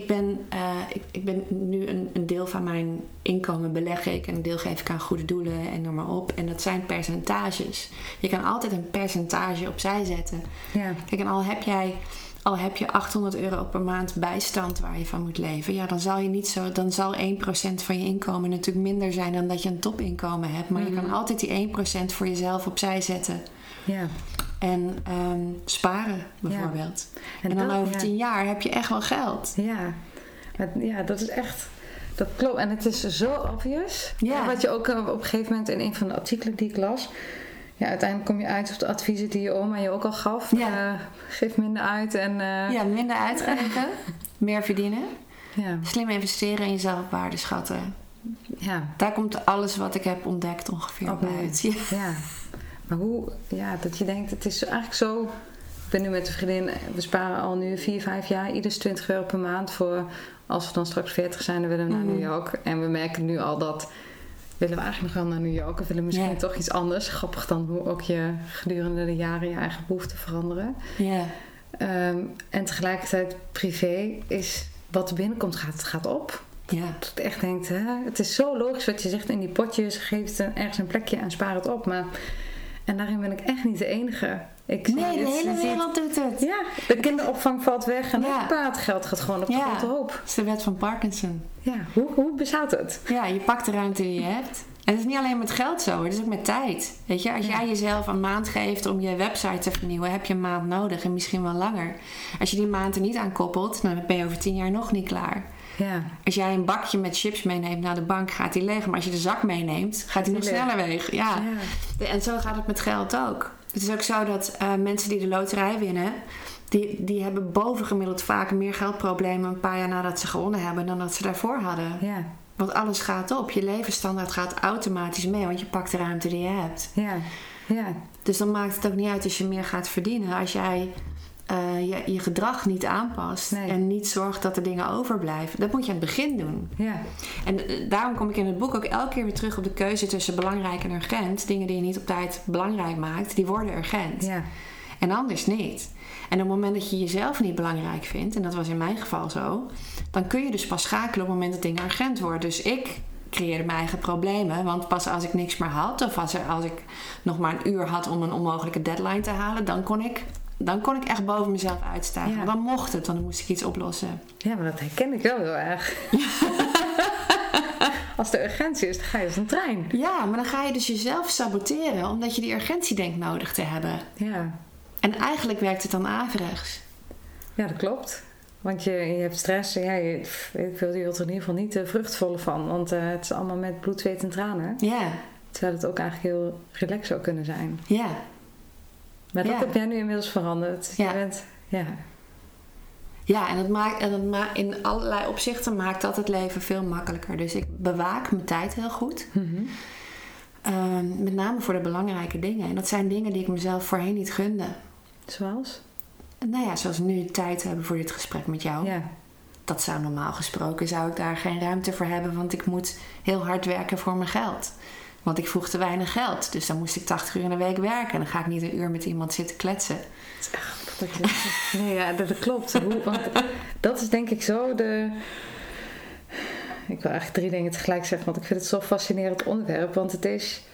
ben nu een deel van mijn inkomen beleg ik en een deel geef ik aan goede doelen en noem maar op. En dat zijn percentages. Je kan altijd een percentage opzij zetten. Ja. Kijk, en al heb je €800 per maand bijstand waar je van moet leven, ja, dan zal 1% van je inkomen natuurlijk minder zijn dan dat je een topinkomen hebt. Maar je kan altijd die 1% voor jezelf opzij zetten. Ja. En sparen bijvoorbeeld. Ja. En dan over 10 jaar heb je echt wel geld. Ja, dat is echt, dat klopt. En het is zo obvious. Ja. Wat je ook op een gegeven moment in een van de artikelen die ik las, ja, uiteindelijk kom je uit op de adviezen die je oma je ook al gaf. Ja. Geef minder uit. En, minder uitgeven. Meer verdienen. Ja. Slim investeren en jezelf op waarde schatten. Ja. Daar komt alles wat ik heb ontdekt ongeveer op uit. Ja. Maar dat je denkt, het is eigenlijk zo. Ik ben nu met een vriendin, we sparen al nu 4-5 jaar, ieders €20 per maand voor, als we dan straks 40 zijn, dan willen we naar New York. En we merken nu al dat, willen we eigenlijk nog wel naar New York of willen we misschien toch iets anders. Grappig dan hoe ook je gedurende de jaren je eigen behoeften veranderen. Ja. En tegelijkertijd privé is, wat er binnenkomt gaat op. Ja. Dat ik echt denkt, het is zo logisch wat je zegt in die potjes, geef het ergens een plekje en spaar het op. En daarin ben ik echt niet de enige. De hele wereld doet het. Ja, de kinderopvang valt weg en het paardgeld gaat gewoon op de grote hoop. Dat is de wet van Parkinson. Ja, hoe bestaat het? Ja, je pakt de ruimte die je hebt. En het is niet alleen met geld zo, het is ook met tijd. Weet je, als jij jezelf een maand geeft om je website te vernieuwen, heb je een maand nodig en misschien wel langer. Als je die maand er niet aan koppelt, dan ben je over 10 jaar nog niet klaar. Ja. Als jij een bakje met chips meeneemt naar de bank, gaat die leeg. Maar als je de zak meeneemt, gaat die nog sneller weg. Ja. En zo gaat het met geld ook. Het is ook zo dat mensen die de loterij winnen, die hebben bovengemiddeld vaak meer geldproblemen een paar jaar nadat ze gewonnen hebben dan dat ze daarvoor hadden. Ja. Want alles gaat op. Je levensstandaard gaat automatisch mee, want je pakt de ruimte die je hebt. Ja. Ja. Dus dan maakt het ook niet uit als je meer gaat verdienen. Als jij je gedrag niet aanpast en niet zorgt dat er dingen overblijven. Dat moet je aan het begin doen. Ja. En daarom kom ik in het boek ook elke keer weer terug op de keuze tussen belangrijk en urgent. Dingen die je niet op tijd belangrijk maakt, die worden urgent. Ja. En anders niet. En op het moment dat je jezelf niet belangrijk vindt, en dat was in mijn geval zo, dan kun je dus pas schakelen op het moment dat dingen urgent worden. Dus ik creëerde mijn eigen problemen, want pas als ik niks meer had, of als ik nog maar een uur had om een onmogelijke deadline te halen, dan kon ik echt boven mezelf uitstijgen. Ja. Dan mocht het, want dan moest ik iets oplossen. Ja, maar dat herken ik wel heel erg. Als de urgentie is, dan ga je als een trein. Ja, maar dan ga je dus jezelf saboteren, omdat je die urgentie denkt nodig te hebben. Ja. En eigenlijk werkt het dan averechts. Ja, dat klopt. Want je hebt stress. Ja, je wilt er in ieder geval niet de vruchtvolle van. Want het is allemaal met bloed, zweet en tranen. Ja. Terwijl het ook eigenlijk heel relaxed zou kunnen zijn. Ja. Maar dat heb jij nu inmiddels veranderd. Ja. Je bent, ja, en dat in allerlei opzichten maakt dat het leven veel makkelijker. Dus ik bewaak mijn tijd heel goed. Mm-hmm. Met name voor de belangrijke dingen. En dat zijn dingen die ik mezelf voorheen niet gunde. Zoals? Nou ja, zoals nu tijd hebben voor dit gesprek met jou. Ja. Dat zou normaal gesproken, zou ik daar geen ruimte voor hebben. Want ik moet heel hard werken voor mijn geld. Want ik vroeg te weinig geld. Dus dan moest ik 80 uur in de week werken. En dan ga ik niet een uur met iemand zitten kletsen. Nee, ja, dat klopt. Want dat is denk ik zo de... Ik wil eigenlijk 3 dingen tegelijk zeggen. Want ik vind het zo'n fascinerend onderwerp. Want het is...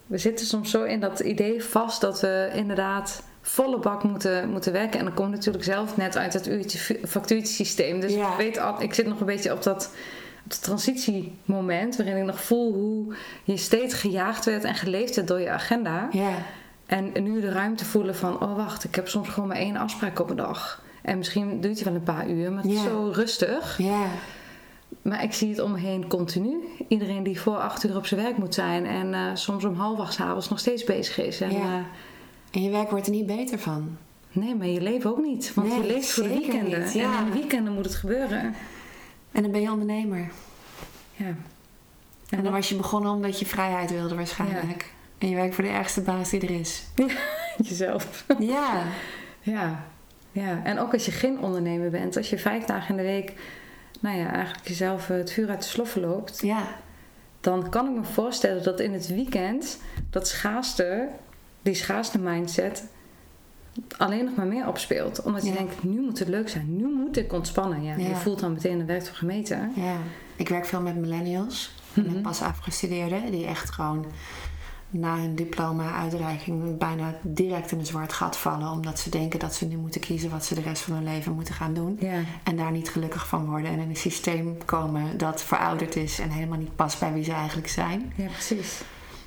we zitten soms zo in dat idee vast dat we inderdaad volle bak moeten werken. En dan kom ik natuurlijk zelf net uit het factuurtjesysteem. Dus ik zit nog een beetje op dat transitiemoment waarin ik nog voel hoe je steeds gejaagd werd en geleefd werd door je agenda. Ja. En nu de ruimte voelen van, oh wacht, ik heb soms gewoon maar 1 afspraak op een dag. En misschien duurt die wel een paar uur, maar het is zo rustig. Ja. Maar ik zie het om me heen continu. Iedereen die voor 8 uur op zijn werk moet zijn en soms om 7:30 s'avonds nog steeds bezig is. En, en je werk wordt er niet beter van. Nee, maar je leven ook niet. Want je leeft voor de weekenden. Niet, ja. En in de weekenden moet het gebeuren. En dan ben je ondernemer. Ja. En dan was je begonnen omdat je vrijheid wilde waarschijnlijk. Ja. En je werkt voor de ergste baas die er is. Ja, jezelf. Ja. Ja. Ja. En ook als je geen ondernemer bent. Als je 5 dagen in de week... eigenlijk jezelf het vuur uit de sloffen loopt. Ja. Dan kan ik me voorstellen dat in het weekend... die schaarste mindset... alleen nog maar meer opspeelt. Omdat je denkt, nu moet het leuk zijn. Nu moet ik ontspannen. Ja. Je voelt dan meteen, dat werkt voor gemeten. Ja. Ik werk veel met millennials. Met pas afgestudeerden. Die echt gewoon na hun diploma-uitreiking bijna direct in een zwart gat vallen. Omdat ze denken dat ze nu moeten kiezen wat ze de rest van hun leven moeten gaan doen. Ja. En daar niet gelukkig van worden. En in een systeem komen dat verouderd is. En helemaal niet past bij wie ze eigenlijk zijn. Ja, precies.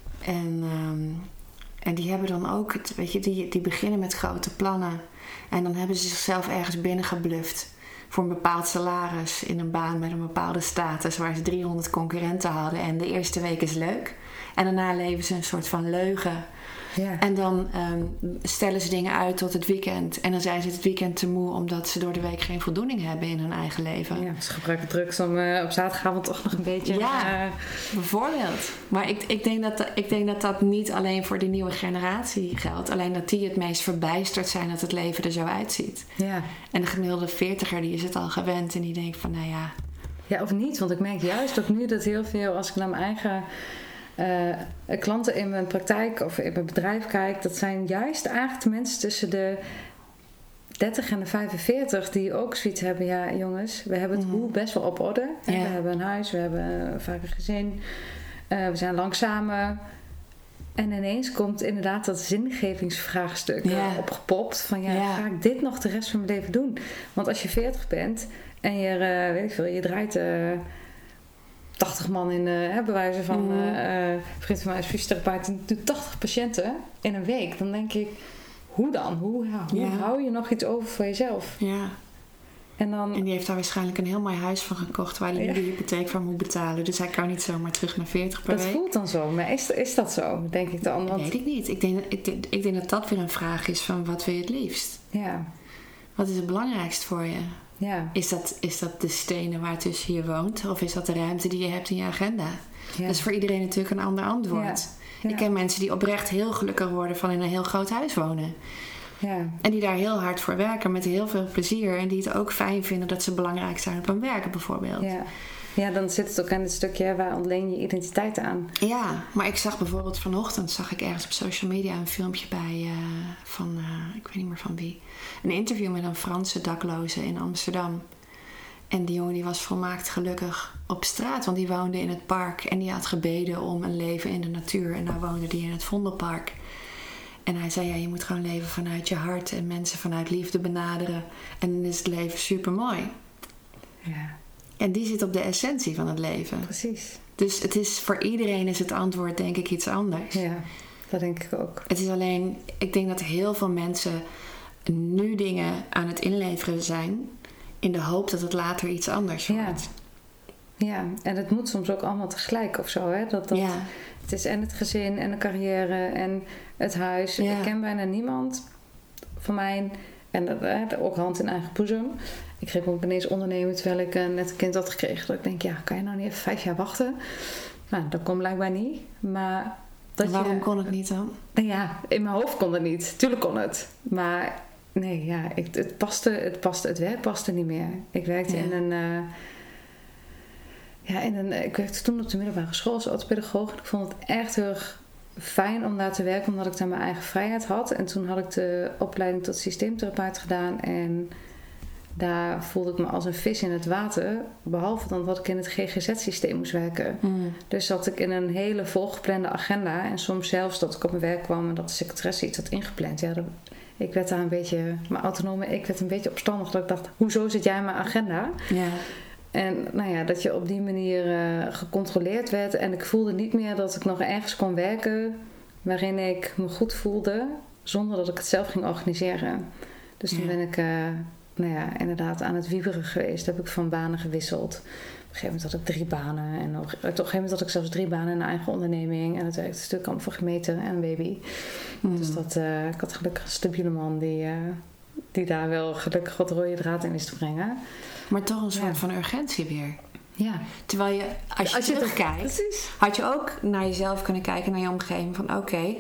En die hebben dan ook, die beginnen met grote plannen. En dan hebben ze zichzelf ergens binnengebluft voor een bepaald salaris in een baan met een bepaalde status waar ze 300 concurrenten hadden. En de eerste week is leuk. En daarna leven ze een soort van leugen. Ja. En dan stellen ze dingen uit tot het weekend. En dan zijn ze het weekend te moe omdat ze door de week geen voldoening hebben in hun eigen leven. Ja, ze gebruiken drugs om op zaterdagavond toch nog een beetje... Ja, bijvoorbeeld. Maar ik denk dat niet alleen voor de nieuwe generatie geldt. Alleen dat die het meest verbijsterd zijn dat het leven er zo uitziet. Ja. En de gemiddelde 40er die is het al gewend en die denkt van Ja, of niet. Want ik merk juist ook nu dat heel veel, als ik naar mijn eigen... klanten in mijn praktijk of in mijn bedrijf kijk, dat zijn juist eigenlijk de mensen tussen de 30 en de 45 die ook zoiets hebben. Ja, jongens, we hebben het hoe best wel op orde. Ja. We hebben een huis, we hebben vaak een gezin, we zijn lang samen. En ineens komt inderdaad dat zingevingsvraagstuk opgepopt. Van ga ik dit nog de rest van mijn leven doen? Want als je 40 bent en je draait 80 man in bewijzen van vriend van mij is fysiotherapeut en doet 80 patiënten in een week. Dan denk ik, hoe dan? Hoe hou je nog iets over voor jezelf? Ja. En die heeft daar waarschijnlijk een heel mooi huis van gekocht waar hij nu de hypotheek van moet betalen. Dus hij kan niet zomaar terug naar 40 per week. Dat voelt dan zo. Maar is dat zo, denk ik dan? Dat weet ik niet. Ik denk dat dat weer een vraag is van wat wil je het liefst? Ja. Wat is het belangrijkst voor je? Ja. Is dat de stenen waartussen je woont? Of is dat de ruimte die je hebt in je agenda? Ja. Dat is voor iedereen natuurlijk een ander antwoord. Ja. Ja. Ik ken mensen die oprecht heel gelukkig worden van in een heel groot huis wonen. Ja. En die daar heel hard voor werken met heel veel plezier. En die het ook fijn vinden dat ze belangrijk zijn op hun werk bijvoorbeeld. Ja. Ja, dan zit het ook aan het stukje waar ontleen je identiteit aan. Ja, maar ik zag bijvoorbeeld vanochtend ergens op social media een filmpje bij van ik weet niet meer van wie. Een interview met een Franse dakloze in Amsterdam. En die jongen die was volmaakt gelukkig op straat, want die woonde in het park. En die had gebeden om een leven in de natuur. En nou woonde die in het Vondelpark. En hij zei, je moet gewoon leven vanuit je hart en mensen vanuit liefde benaderen. En dan is het leven super mooi. Ja. En die zit op de essentie van het leven. Precies. Dus het is, voor iedereen is het antwoord denk ik iets anders. Ja, dat denk ik ook. Het is alleen, ik denk dat heel veel mensen nu dingen aan het inleveren zijn in de hoop dat het later iets anders wordt. Ja, en het moet soms ook allemaal tegelijk of zo. Hè? Het is en het gezin en de carrière en het huis. Ja. Ik ken bijna niemand van mij. En dat ook hand in eigen boezem. Ik ging ook ineens ondernemen terwijl ik net een kind had gekregen. Dat ik denk, kan je nou niet even 5 jaar wachten? Nou, dat kon blijkbaar niet. Maar waarom kon het niet dan? Ja, in mijn hoofd kon het niet. Tuurlijk kon het. Maar nee, het werk paste niet meer. Ik werkte ik werkte toen op de middelbare school als orthopedagoog. En ik vond het echt heel erg fijn om daar te werken, omdat ik daar mijn eigen vrijheid had. En toen had ik de opleiding tot systeemtherapeut gedaan. En daar voelde ik me als een vis in het water. Behalve dan wat ik in het GGZ-systeem moest werken. Dus zat ik in een hele volgeplande agenda. En soms zelfs dat ik op mijn werk kwam en dat de secretaresse iets had ingepland. Ja, ik werd daar een beetje, mijn autonome, ik werd een beetje opstandig. Dat ik dacht, hoezo zit jij in mijn agenda? Ja. En nou ja, dat je op die manier gecontroleerd werd. En ik voelde niet meer dat ik nog ergens kon werken waarin ik me goed voelde, zonder dat ik het zelf ging organiseren. Dus toen ben ik inderdaad aan het wieberen geweest. Heb ik van banen gewisseld. Op een gegeven moment had ik 3 banen. En op een gegeven moment had ik zelfs 3 banen in een eigen onderneming. En het werkte een stuk allemaal voor gemeten en een baby. Dus ik had gelukkig een stabiele man die daar wel gelukkig wat rode draad in wist te brengen. Maar toch een soort van urgentie weer. Ja. Terwijl je, als je terugkijkt, had je ook naar jezelf kunnen kijken, naar je omgeving. Van oké,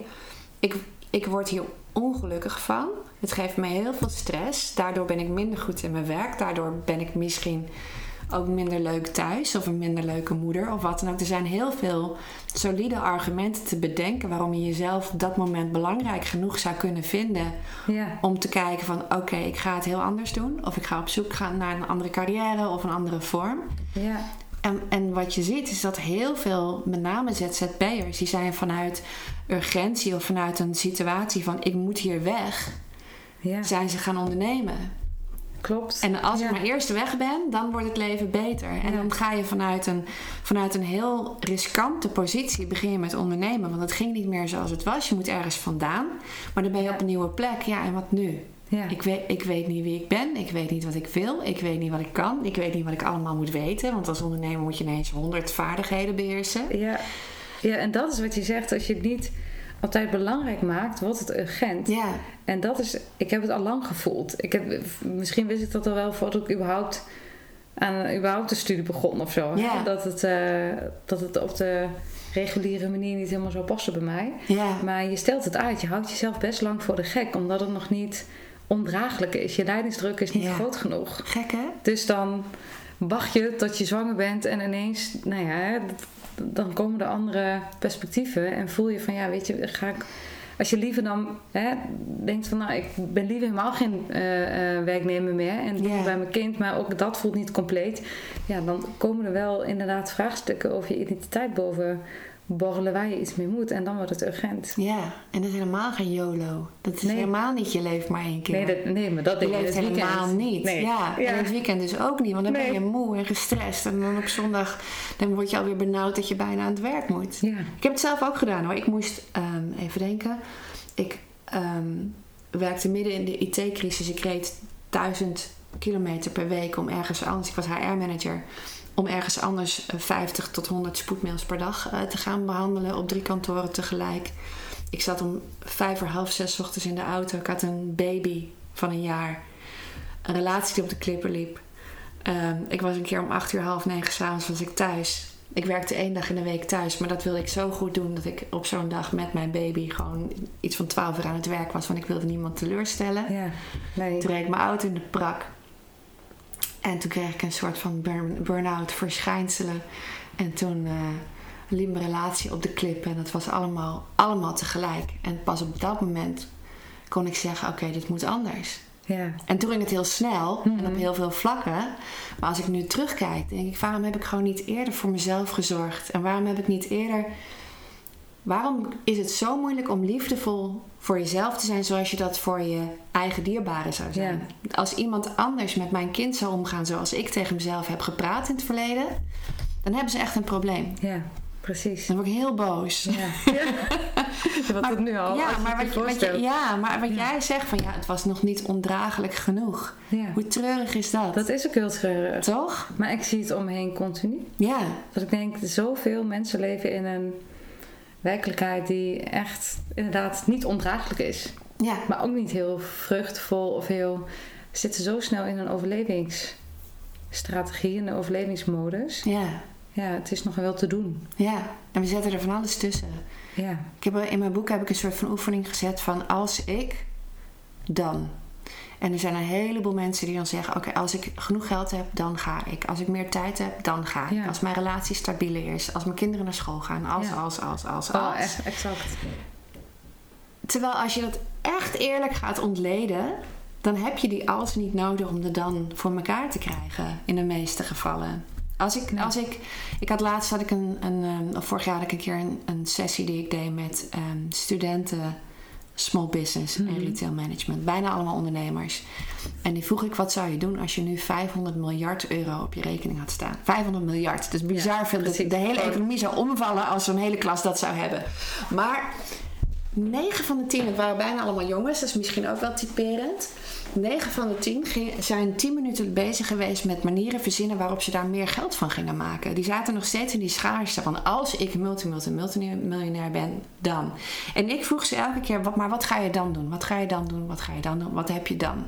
ik word hier ongelukkig van. Het geeft me heel veel stress. Daardoor ben ik minder goed in mijn werk. Daardoor ben ik misschien ook minder leuk thuis. Of een minder leuke moeder. Of wat dan ook. Er zijn heel veel solide argumenten te bedenken waarom je jezelf op dat moment belangrijk genoeg zou kunnen vinden. Ja. Om te kijken van oké, ik ga het heel anders doen. Of ik ga op zoek gaan naar een andere carrière of een andere vorm. Ja. En wat je ziet is dat heel veel, met name ZZP'ers, die zijn vanuit urgentie of vanuit een situatie van ik moet hier weg, zijn ze gaan ondernemen. Klopt. En als ik maar eerst weg ben, dan wordt het leven beter. En dan ga je vanuit een heel riskante positie begin je met ondernemen. Want het ging niet meer zoals het was. Je moet ergens vandaan. Maar dan ben je op een nieuwe plek. Ja, en wat nu? Ja. Ik weet niet wie ik ben. Ik weet niet wat ik wil. Ik weet niet wat ik kan. Ik weet niet wat ik allemaal moet weten. Want als ondernemer moet je ineens 100 vaardigheden beheersen. Ja, en dat is wat je zegt. Als je het niet altijd belangrijk maakt, wordt het urgent. Ja. En dat is, ik heb het al lang gevoeld. Misschien wist ik dat al wel voordat ik überhaupt de studie begon of zo. Ja. Dat het op de reguliere manier niet helemaal zo paste bij mij. Ja. Maar je stelt het uit. Je houdt jezelf best lang voor de gek, omdat het nog niet ondraaglijk is. Je lijdensdruk is niet groot genoeg. Gek, hè? Dus dan wacht je tot je zwanger bent en ineens, dan komen er andere perspectieven en voel je van, weet je, als je liever dan denkt van, ik ben liever helemaal geen werknemer meer en liever bij mijn kind, maar ook dat voelt niet compleet. Ja, dan komen er wel inderdaad vraagstukken over je identiteit boven borrelen waar je iets mee moet en dan wordt het urgent. Ja, en dat is helemaal geen YOLO. Dat is helemaal niet je leeft maar 1 keer. Nee, maar dat je leeft helemaal niet. Nee. Ja, en het weekend dus ook niet, want dan ben je moe en gestrest en dan op zondag dan word je alweer benauwd dat je bijna aan het werk moet. Ja. Ik heb het zelf ook gedaan hoor. Ik moest, even denken, ik werkte midden in de IT-crisis. Ik reed 1000 kilometer per week om ergens anders, ik was HR-manager, om ergens anders 50 tot 100 spoedmails per dag te gaan behandelen op 3 kantoren tegelijk. Ik zat om 5:30, 6 ochtends in de auto. Ik had een baby van 1 jaar. Een relatie die op de klippen liep. Ik was een keer om 8:30, 9:00 s'avonds was ik thuis. Ik werkte 1 dag in de week thuis, maar dat wilde ik zo goed doen dat ik op zo'n dag met mijn baby gewoon iets van 12 uur aan het werk was, want ik wilde niemand teleurstellen. Ja, Toen reed ik mijn auto in de prak. En toen kreeg ik een soort van burn-out verschijnselen. En toen liep mijn relatie op de klip. En dat was allemaal tegelijk. En pas op dat moment kon ik zeggen, oké, dit moet anders. Ja. En toen ging het heel snel. En op heel veel vlakken. Maar als ik nu terugkijk, denk ik, waarom heb ik gewoon niet eerder voor mezelf gezorgd? En waarom is het zo moeilijk om liefdevol voor jezelf te zijn zoals je dat voor je eigen dierbaren zou zijn? Ja. Als iemand anders met mijn kind zou omgaan zoals ik tegen mezelf heb gepraat in het verleden, dan hebben ze echt een probleem. Ja, precies. Dan word ik heel boos. Ja. Wat het nu al. Maar wat jij zegt van het was nog niet ondraaglijk genoeg. Ja. Hoe treurig is dat? Dat is ook heel treurig. Toch? Maar ik zie het om me heen continu. Ja. Dat ik denk, zoveel mensen leven in een werkelijkheid die echt inderdaad niet ondraaglijk is. Ja. Maar ook niet heel vruchtvol of heel... We zitten zo snel in een overlevingsstrategie, in de overlevingsmodus. Ja. Ja, het is nog wel te doen. Ja, en we zetten er van alles tussen. Ja. In mijn boek heb ik een soort van oefening gezet van als ik, dan. En er zijn een heleboel mensen die dan zeggen, oké, als ik genoeg geld heb, dan ga ik. Als ik meer tijd heb, dan ga ik. Ja. Als mijn relatie stabieler is. Als mijn kinderen naar school gaan. Als. Oh, exact. Terwijl als je dat echt eerlijk gaat ontleden, dan heb je die als niet nodig om er dan voor elkaar te krijgen. In de meeste gevallen. Vorig jaar had ik een keer een sessie die ik deed met studenten small business en retail management. Bijna allemaal ondernemers. En die vroeg ik, wat zou je doen als je nu 500 miljard euro op je rekening had staan? 500 miljard. Dat is bizar veel. De hele economie zou omvallen als zo'n hele klas dat zou hebben. Maar 9 van de 10, het waren bijna allemaal jongens, dat is misschien ook wel typerend. 9 van de 10 zijn 10 minuten bezig geweest met manieren verzinnen waarop ze daar meer geld van gingen maken. Die zaten nog steeds in die schaarste van als ik multimiljonair ben, dan. En ik vroeg ze elke keer, maar wat ga je dan doen? Wat ga je dan doen? Wat ga je dan doen? Wat heb je dan?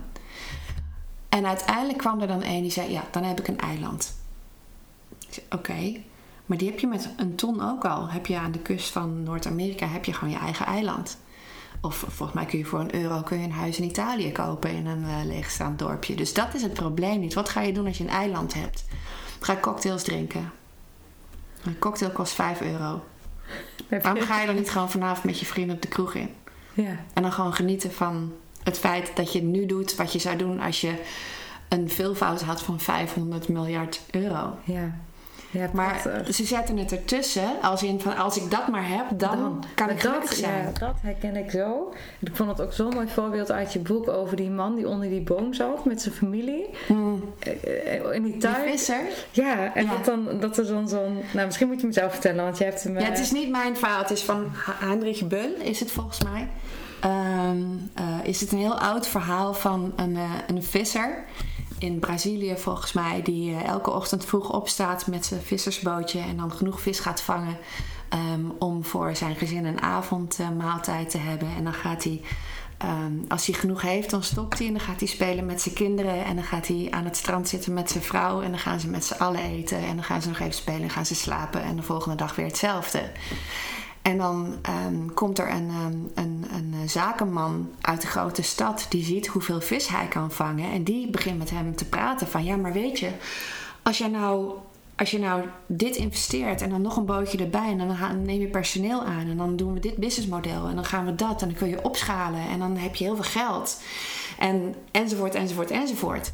En uiteindelijk kwam er dan een die zei, ja, dan heb ik een eiland. Ik zei, oké. Maar die heb je met een ton ook al. Heb je aan de kust van Noord-Amerika heb je gewoon je eigen eiland. Of volgens mij kun je voor €1 kun je een huis in Italië kopen in een leegstaand dorpje. Dus dat is het probleem niet. Wat ga je doen als je een eiland hebt? Ga cocktails drinken. Een cocktail kost €5. Waarom ga je dan niet gewoon vanavond met je vrienden op de kroeg in? Ja. En dan gewoon genieten van het feit dat je nu doet wat je zou doen als je een veelvoud had van 500 miljard euro. Ja. Ja, maar ze zetten het ertussen als in van als ik dat maar heb, dan kan ik gelukkig zijn. Ja, dat herken ik zo. Ik vond het ook zo'n mooi voorbeeld uit je boek over die man die onder die boom zat met zijn familie. In die tuin. Die visser. Ja, en dat er dan zo'n... Nou, misschien moet je mezelf vertellen, want jij hebt hem... Ja, het is niet mijn verhaal. Het is van Heinrich Böll, is het volgens mij. Is het een heel oud verhaal van een visser in Brazilië volgens mij, die elke ochtend vroeg opstaat met zijn vissersbootje en dan genoeg vis gaat vangen om voor zijn gezin een avondmaaltijd te hebben. En dan gaat hij, als hij genoeg heeft, dan stopt hij en dan gaat hij spelen met zijn kinderen en dan gaat hij aan het strand zitten met zijn vrouw en dan gaan ze met z'n allen eten en dan gaan ze nog even spelen en gaan ze slapen en de volgende dag weer hetzelfde. En dan komt er een zakenman uit de grote stad die ziet hoeveel vis hij kan vangen. En die begint met hem te praten van, ja, maar weet je, als je nou dit investeert en dan nog een bootje erbij en dan neem je personeel aan en dan doen we dit businessmodel en dan gaan we dat en dan kun je opschalen en dan heb je heel veel geld. Enzovoort.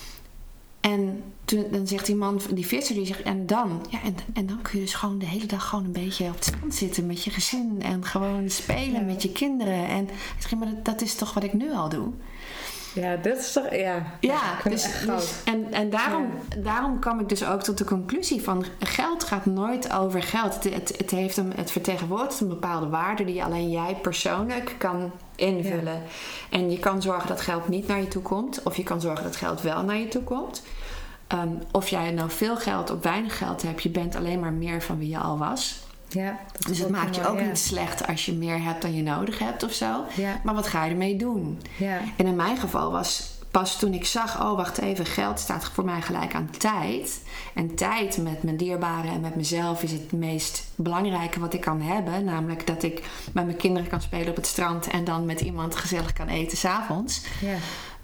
En dan zegt die man, die visser, die zegt, en dan? Ja, en dan kun je dus gewoon de hele dag gewoon een beetje op het strand zitten met je gezin en gewoon spelen met je kinderen. En hij zegt, maar dat is toch wat ik nu al doe? Ja, dat is toch... Ja, en daarom kwam ik dus ook tot de conclusie van geld gaat nooit over geld. Het vertegenwoordigt een bepaalde waarde die alleen jij persoonlijk kan invullen. Ja. En je kan zorgen dat geld niet naar je toe komt. Of je kan zorgen dat geld wel naar je toe komt. Of jij nou veel geld of weinig geld hebt, je bent alleen maar meer van wie je al was. Ja, dus het maakt je ook niet slecht als je meer hebt dan je nodig hebt of zo. Ja. Maar wat ga je ermee doen? Ja. En in mijn geval was pas toen ik zag, oh wacht even, geld staat voor mij gelijk aan tijd. En tijd met mijn dierbaren en met mezelf is het meest belangrijke wat ik kan hebben. Namelijk dat ik met mijn kinderen kan spelen op het strand en dan met iemand gezellig kan eten 's avonds. Ja.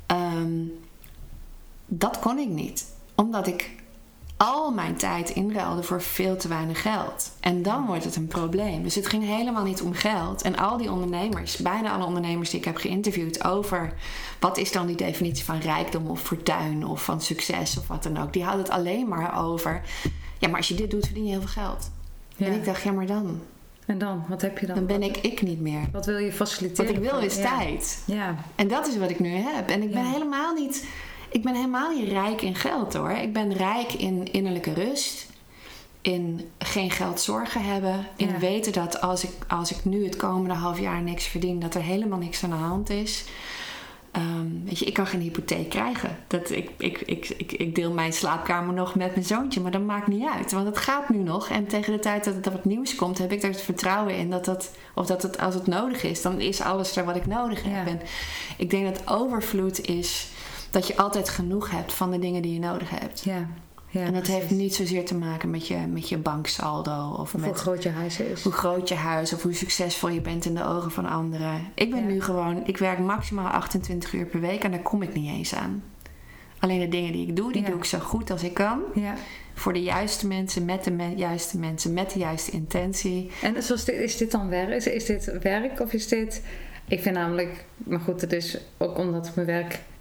Dat kon ik niet. Omdat ik al mijn tijd inruilde voor veel te weinig geld. En dan wordt het een probleem. Dus het ging helemaal niet om geld. En al die ondernemers, bijna alle ondernemers die ik heb geïnterviewd over wat is dan die definitie van rijkdom of fortuin of van succes of wat dan ook. Die hadden het alleen maar over, ja, maar als je dit doet verdien je heel veel geld. Ja. En ik dacht, ja, maar dan? En dan? Wat heb je dan? Dan ben ik niet meer. Wat wil je faciliteren? Wat ik wil is tijd. Ja. En dat is wat ik nu heb. En ik ben helemaal niet rijk in geld hoor. Ik ben rijk in innerlijke rust. In geen geld zorgen hebben. In weten dat als ik nu het komende half jaar niks verdien, dat er helemaal niks aan de hand is. Weet je, ik kan geen hypotheek krijgen. Ik deel mijn slaapkamer nog met mijn zoontje, maar dat maakt niet uit. Want het gaat nu nog. En tegen de tijd dat er wat nieuws komt, heb ik daar het vertrouwen in dat als het nodig is, dan is alles er wat ik nodig heb. En ik denk dat overvloed is dat je altijd genoeg hebt van de dingen die je nodig hebt. Ja. Ja, en dat heeft niet zozeer te maken met je banksaldo. Of met hoe groot je huis is. Hoe groot je huis of hoe succesvol je bent in de ogen van anderen. Ik ben nu gewoon, ik werk maximaal 28 uur per week en daar kom ik niet eens aan. Alleen de dingen die ik doe, die doe ik zo goed als ik kan. Ja. Voor de juiste mensen, met de juiste mensen, met de juiste intentie. En is dit dan werk? Is dit werk of is dit... Ik vind namelijk, maar goed, het is ook omdat mijn werk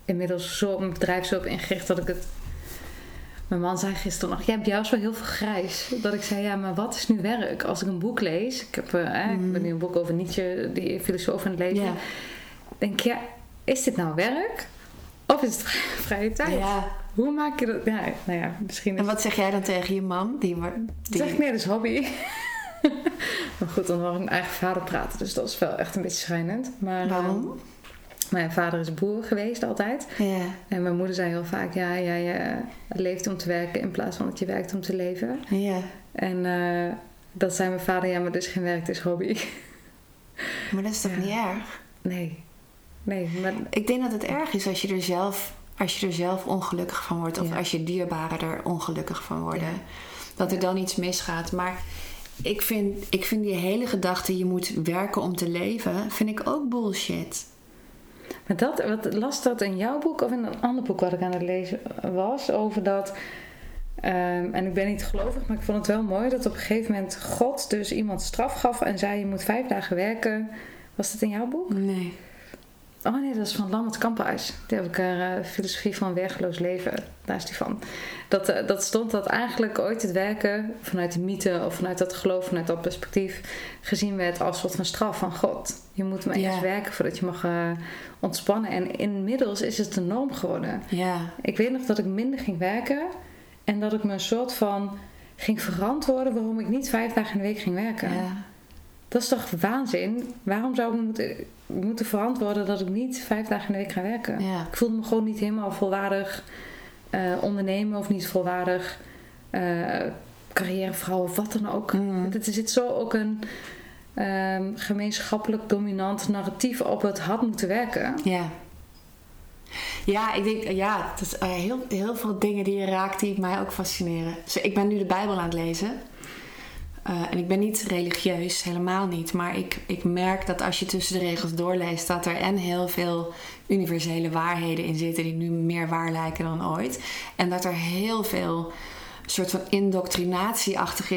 inmiddels zo op mijn bedrijf zo op ingericht dat ik het... Mijn man zei gisteren nog, jij hebt juist wel heel veel grijs. Dat ik zei, ja, maar wat is nu werk? Als ik een boek lees, ik ben nu een boek over Nietzsche, die filosoof aan het lezen. Ja. Denk ik, ja, is dit nou werk? Of is het vrije tijd? Ja. Hoe maak je dat? Ja, nou ja, misschien is... En wat zeg jij dan tegen je man? Zeg ik, nee, dat is hobby. Maar goed, dan hoor ik mijn eigen vader praten. Dus dat is wel echt een beetje schrijnend. Maar, waarom? Mijn vader is boer geweest altijd. Ja. En mijn moeder zei heel vaak... Ja, jij leeft om te werken in plaats van dat je werkt om te leven. Ja. En dat zei mijn vader... Ja, maar het is geen werk, het is hobby. Maar dat is toch niet erg? Nee, maar... Ik denk dat het erg is als je er zelf ongelukkig van wordt. Of als je dierbaren er ongelukkig van worden. Ja. Dat er dan iets misgaat. Maar ik vind die hele gedachte... Je moet werken om te leven... Vind ik ook bullshit. Maar las dat in jouw boek of in een ander boek wat ik aan het lezen was? Over dat, en ik ben niet gelovig, maar ik vond het wel mooi dat op een gegeven moment God dus iemand straf gaf en zei je moet 5 dagen werken. Was dat in jouw boek? Nee. Oh nee, dat is van Lambert Kamphuis. Die heb ik filosofie van werkeloos leven. Daar is die van. Dat stond dat eigenlijk ooit het werken vanuit de mythe of vanuit dat geloof, vanuit dat perspectief gezien werd als een soort van straf van God. Je moet maar eerst werken voordat je mag ontspannen. En inmiddels is het de norm geworden. Ja. Ik weet nog dat ik minder ging werken en dat ik me een soort van ging verantwoorden waarom ik niet 5 dagen in de week ging werken. Ja. Dat is toch waanzin? Waarom zou ik moeten verantwoorden dat ik niet 5 dagen in de week ga werken? Ja. Ik voelde me gewoon niet helemaal volwaardig ondernemen of niet volwaardig carrièrevrouw of wat dan ook. Er zit zo ook een gemeenschappelijk dominant narratief op het had moeten werken. Ja. Ja, ik denk, het is heel veel dingen die je raakt die mij ook fascineren. Dus ik ben nu de Bijbel aan het lezen. En ik ben niet religieus, helemaal niet. Maar ik merk dat als je tussen de regels doorleest... dat er heel veel universele waarheden in zitten... die nu meer waar lijken dan ooit. En dat er heel veel soort van indoctrinatieachtig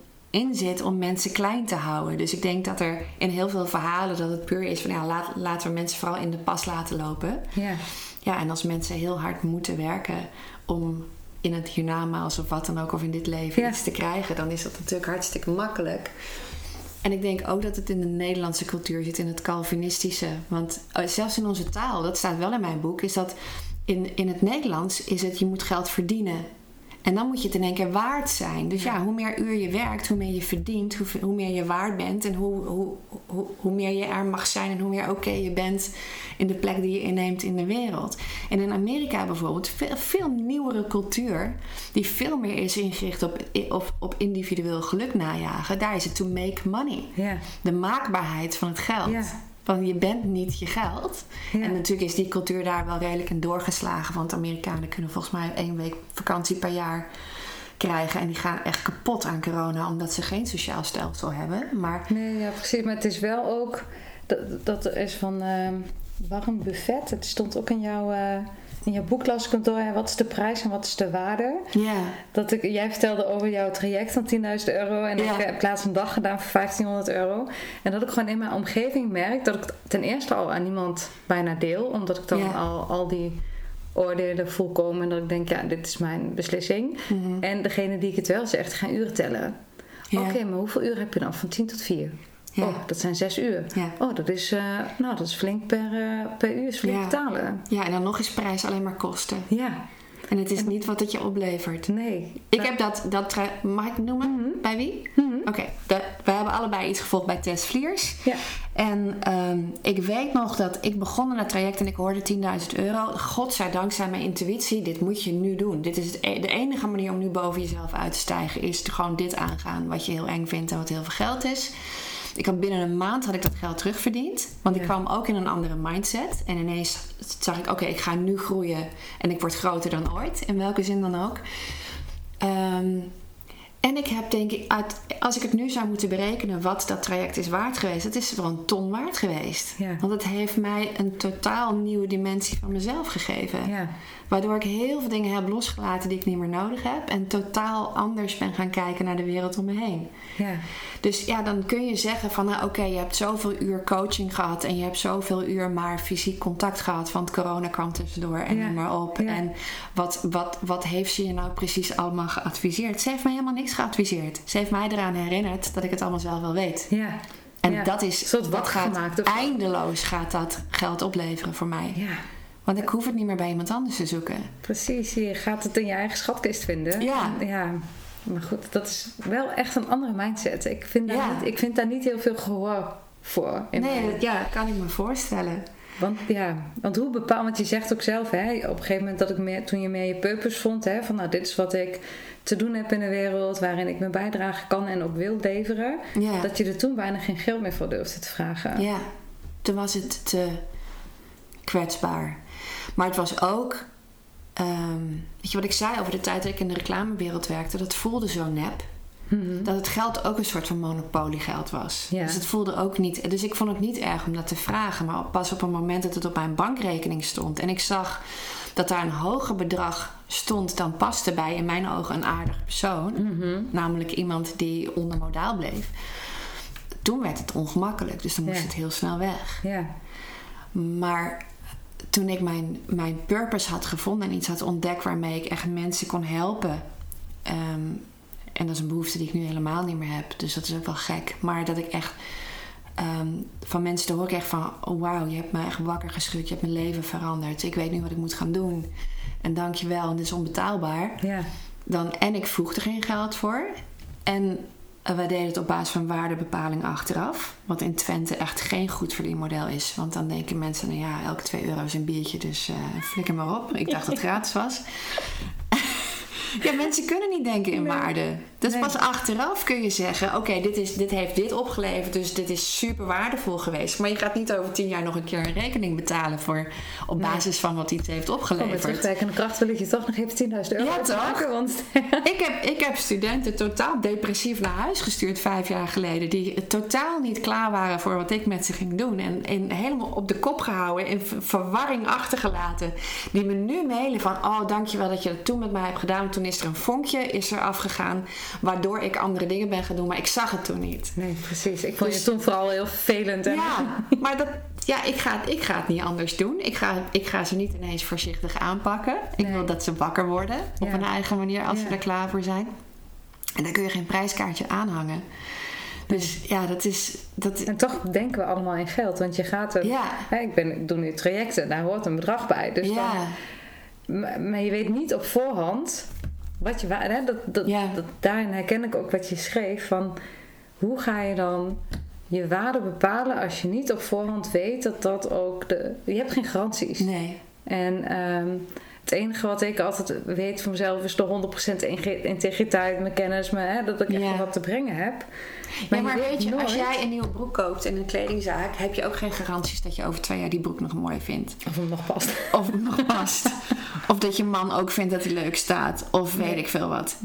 in zit... om mensen klein te houden. Dus ik denk dat er in heel veel verhalen... dat het puur is van laten we mensen vooral in de pas laten lopen. Ja. Ja, en als mensen heel hard moeten werken... om in het hiernamaals of wat dan ook, of in dit leven iets te krijgen, dan is dat natuurlijk hartstikke makkelijk. En ik denk ook dat het in de Nederlandse cultuur zit, in het Calvinistische. Want zelfs in onze taal, dat staat wel in mijn boek, is dat in het Nederlands is het je moet geld verdienen. En dan moet je het in één keer waard zijn. Dus hoe meer uur je werkt, hoe meer je verdient, hoe meer je waard bent en hoe meer je er mag zijn en hoe meer oké je bent in de plek die je inneemt in de wereld. En in Amerika bijvoorbeeld, veel nieuwere cultuur, die veel meer is ingericht op individueel geluk najagen. Daar is het to make money. Ja. De maakbaarheid van het geld. Ja. Want je bent niet je geld. Ja. En natuurlijk is die cultuur daar wel redelijk in doorgeslagen. Want Amerikanen kunnen volgens mij 1 week vakantie per jaar krijgen. En die gaan echt kapot aan corona. Omdat ze geen sociaal stelsel hebben. Maar... Nee, ja, precies. Maar het is wel ook... Dat is van Warren Buffett. Het stond ook in jouw boek, las ik hem door. Wat is de prijs en wat is de waarde? Ja. Jij vertelde over jouw traject van €10.000. En ik heb laatst een dag gedaan voor €1.500. En dat ik gewoon in mijn omgeving merk dat ik ten eerste al aan niemand bijna deel. Omdat ik dan al die oordelen volkomen. En dat ik denk, dit is mijn beslissing. Mm-hmm. En degene die ik het wel zegt, gaan uren tellen. Ja. Oké, maar hoeveel uur heb je dan? Van 10 tot 4. Ja. Oh, dat zijn 6 uur. Ja. Oh, dat is flink per uur, is flink betalen. Ja, en dan nog eens prijs alleen maar kosten. Ja. En het is niet wat het je oplevert. Nee. Ik heb dat mag ik noemen? Mm-hmm. Bij wie? Mm-hmm. Oké. We hebben allebei iets gevolgd bij Tess Vliers. Ja. En ik weet nog dat ik begon in het traject en ik hoorde €10.000. Godzijdank zei mijn intuïtie, dit moet je nu doen. Dit is de enige manier om nu boven jezelf uit te stijgen. Is gewoon dit aangaan wat je heel eng vindt en wat heel veel geld is. Ik had binnen een maand had ik dat geld terugverdiend. Want ik kwam ook in een andere mindset. En ineens zag ik, ik ga nu groeien. En ik word groter dan ooit. In welke zin dan ook. En ik heb denk ik, als ik het nu zou moeten berekenen wat dat traject is waard geweest, het is wel een ton waard geweest. Ja. Want het heeft mij een totaal nieuwe dimensie van mezelf gegeven. Ja. Waardoor ik heel veel dingen heb losgelaten die ik niet meer nodig heb. En totaal anders ben gaan kijken naar de wereld om me heen. Ja. Dus ja, dan kun je zeggen van nou oké, je hebt zoveel uur coaching gehad. En je hebt zoveel uur maar fysiek contact gehad. Want corona kwam tussendoor en noem maar op. Ja. En wat heeft ze je nou precies allemaal geadviseerd? Ze heeft mij helemaal niks geadviseerd. Ze heeft mij eraan herinnerd dat ik het allemaal zelf wel weet. Ja. En dat is, soort dat gaat gemaakt, of... eindeloos gaat dat geld opleveren voor mij. Ja. Want ik hoef het niet meer bij iemand anders te zoeken. Precies, je gaat het in je eigen schatkist vinden. Ja. Ja. Maar goed, dat is wel echt een andere mindset. Ik vind daar niet heel veel gehoor voor. Ja, kan ik me voorstellen. Want hoe bepaal, want je zegt ook zelf, hè, op een gegeven moment toen je meer je purpose vond, hè, van nou, dit is wat ik te doen heb in de wereld, waarin ik mijn bijdrage kan en ook wil leveren, dat je er toen bijna geen geld meer voor durfde te vragen. Ja, toen was het te kwetsbaar. Maar het was ook, weet je wat ik zei over de tijd dat ik in de reclamewereld werkte, dat voelde zo nep. Mm-hmm. Dat het geld ook een soort van monopoliegeld was. Ja. Dus het voelde ook niet. Dus ik vond het niet erg om dat te vragen. Maar pas op het moment dat het op mijn bankrekening stond en ik zag dat daar een hoger bedrag stond dan paste bij in mijn ogen een aardig persoon. Mm-hmm. Namelijk iemand die onder modaal bleef. Toen werd het ongemakkelijk. Dus dan moest het heel snel weg. Ja. Maar toen ik mijn purpose had gevonden en iets had ontdekt waarmee ik echt mensen kon helpen. En dat is een behoefte die ik nu helemaal niet meer heb. Dus dat is ook wel gek. Maar dat ik echt van mensen te horen kreeg van... Oh, wauw, je hebt me echt wakker geschud. Je hebt mijn leven veranderd. Ik weet nu wat ik moet gaan doen. En dank je wel. En dit is onbetaalbaar. Ja. En ik vroeg er geen geld voor. En wij deden het op basis van waardebepaling achteraf. Wat in Twente echt geen goed verdienmodel is. Want dan denken mensen... Nou ja, elke 2 euro is een biertje. Dus flikker maar op. Ik dacht dat het gratis was. Ja, mensen kunnen niet denken in waarde. Dus pas achteraf kun je zeggen... Oké, dit heeft dit opgeleverd... dus dit is super waardevol geweest. Maar je gaat niet over 10 jaar nog een keer een rekening betalen... op basis van wat iets heeft opgeleverd. Met terugwerkende kracht wil ik je toch nog even 10.000 euro maken. Want... ik heb studenten totaal depressief naar huis gestuurd 5 jaar geleden... die totaal niet klaar waren voor wat ik met ze ging doen. En helemaal op de kop gehouden... in verwarring achtergelaten. Die me nu mailen van... Oh, dankjewel dat je dat toen met mij hebt gedaan. Toen is er een vonkje afgegaan... waardoor ik andere dingen ben gaan doen, maar ik zag het toen niet. Nee, precies. Ik vond je toen vooral heel vervelend. Ja, maar ik ga het niet anders doen. Ik ga ze niet ineens voorzichtig aanpakken. Ik wil dat ze wakker worden op een eigen manier als ze er klaar voor zijn. En daar kun je geen prijskaartje aanhangen. Dus ja, dat is... En toch denken we allemaal in geld, want je gaat er... Hè, ik doe nu trajecten, daar hoort een bedrag bij. Dus maar je weet niet op voorhand... Wat je, daarin herken ik ook wat je schreef van hoe ga je dan je waarde bepalen als je niet op voorhand weet dat ook je hebt geen garanties. Nee. En het enige wat ik altijd weet van mezelf is de 100% integriteit, mijn kennis, dat ik echt wat te brengen heb. Maar weet je, als jij een nieuwe broek koopt in een kledingzaak, heb je ook geen garanties dat je over 2 jaar die broek nog mooi vindt. Of hem nog past. Of dat je man ook vindt dat hij leuk staat. Of weet ik veel wat.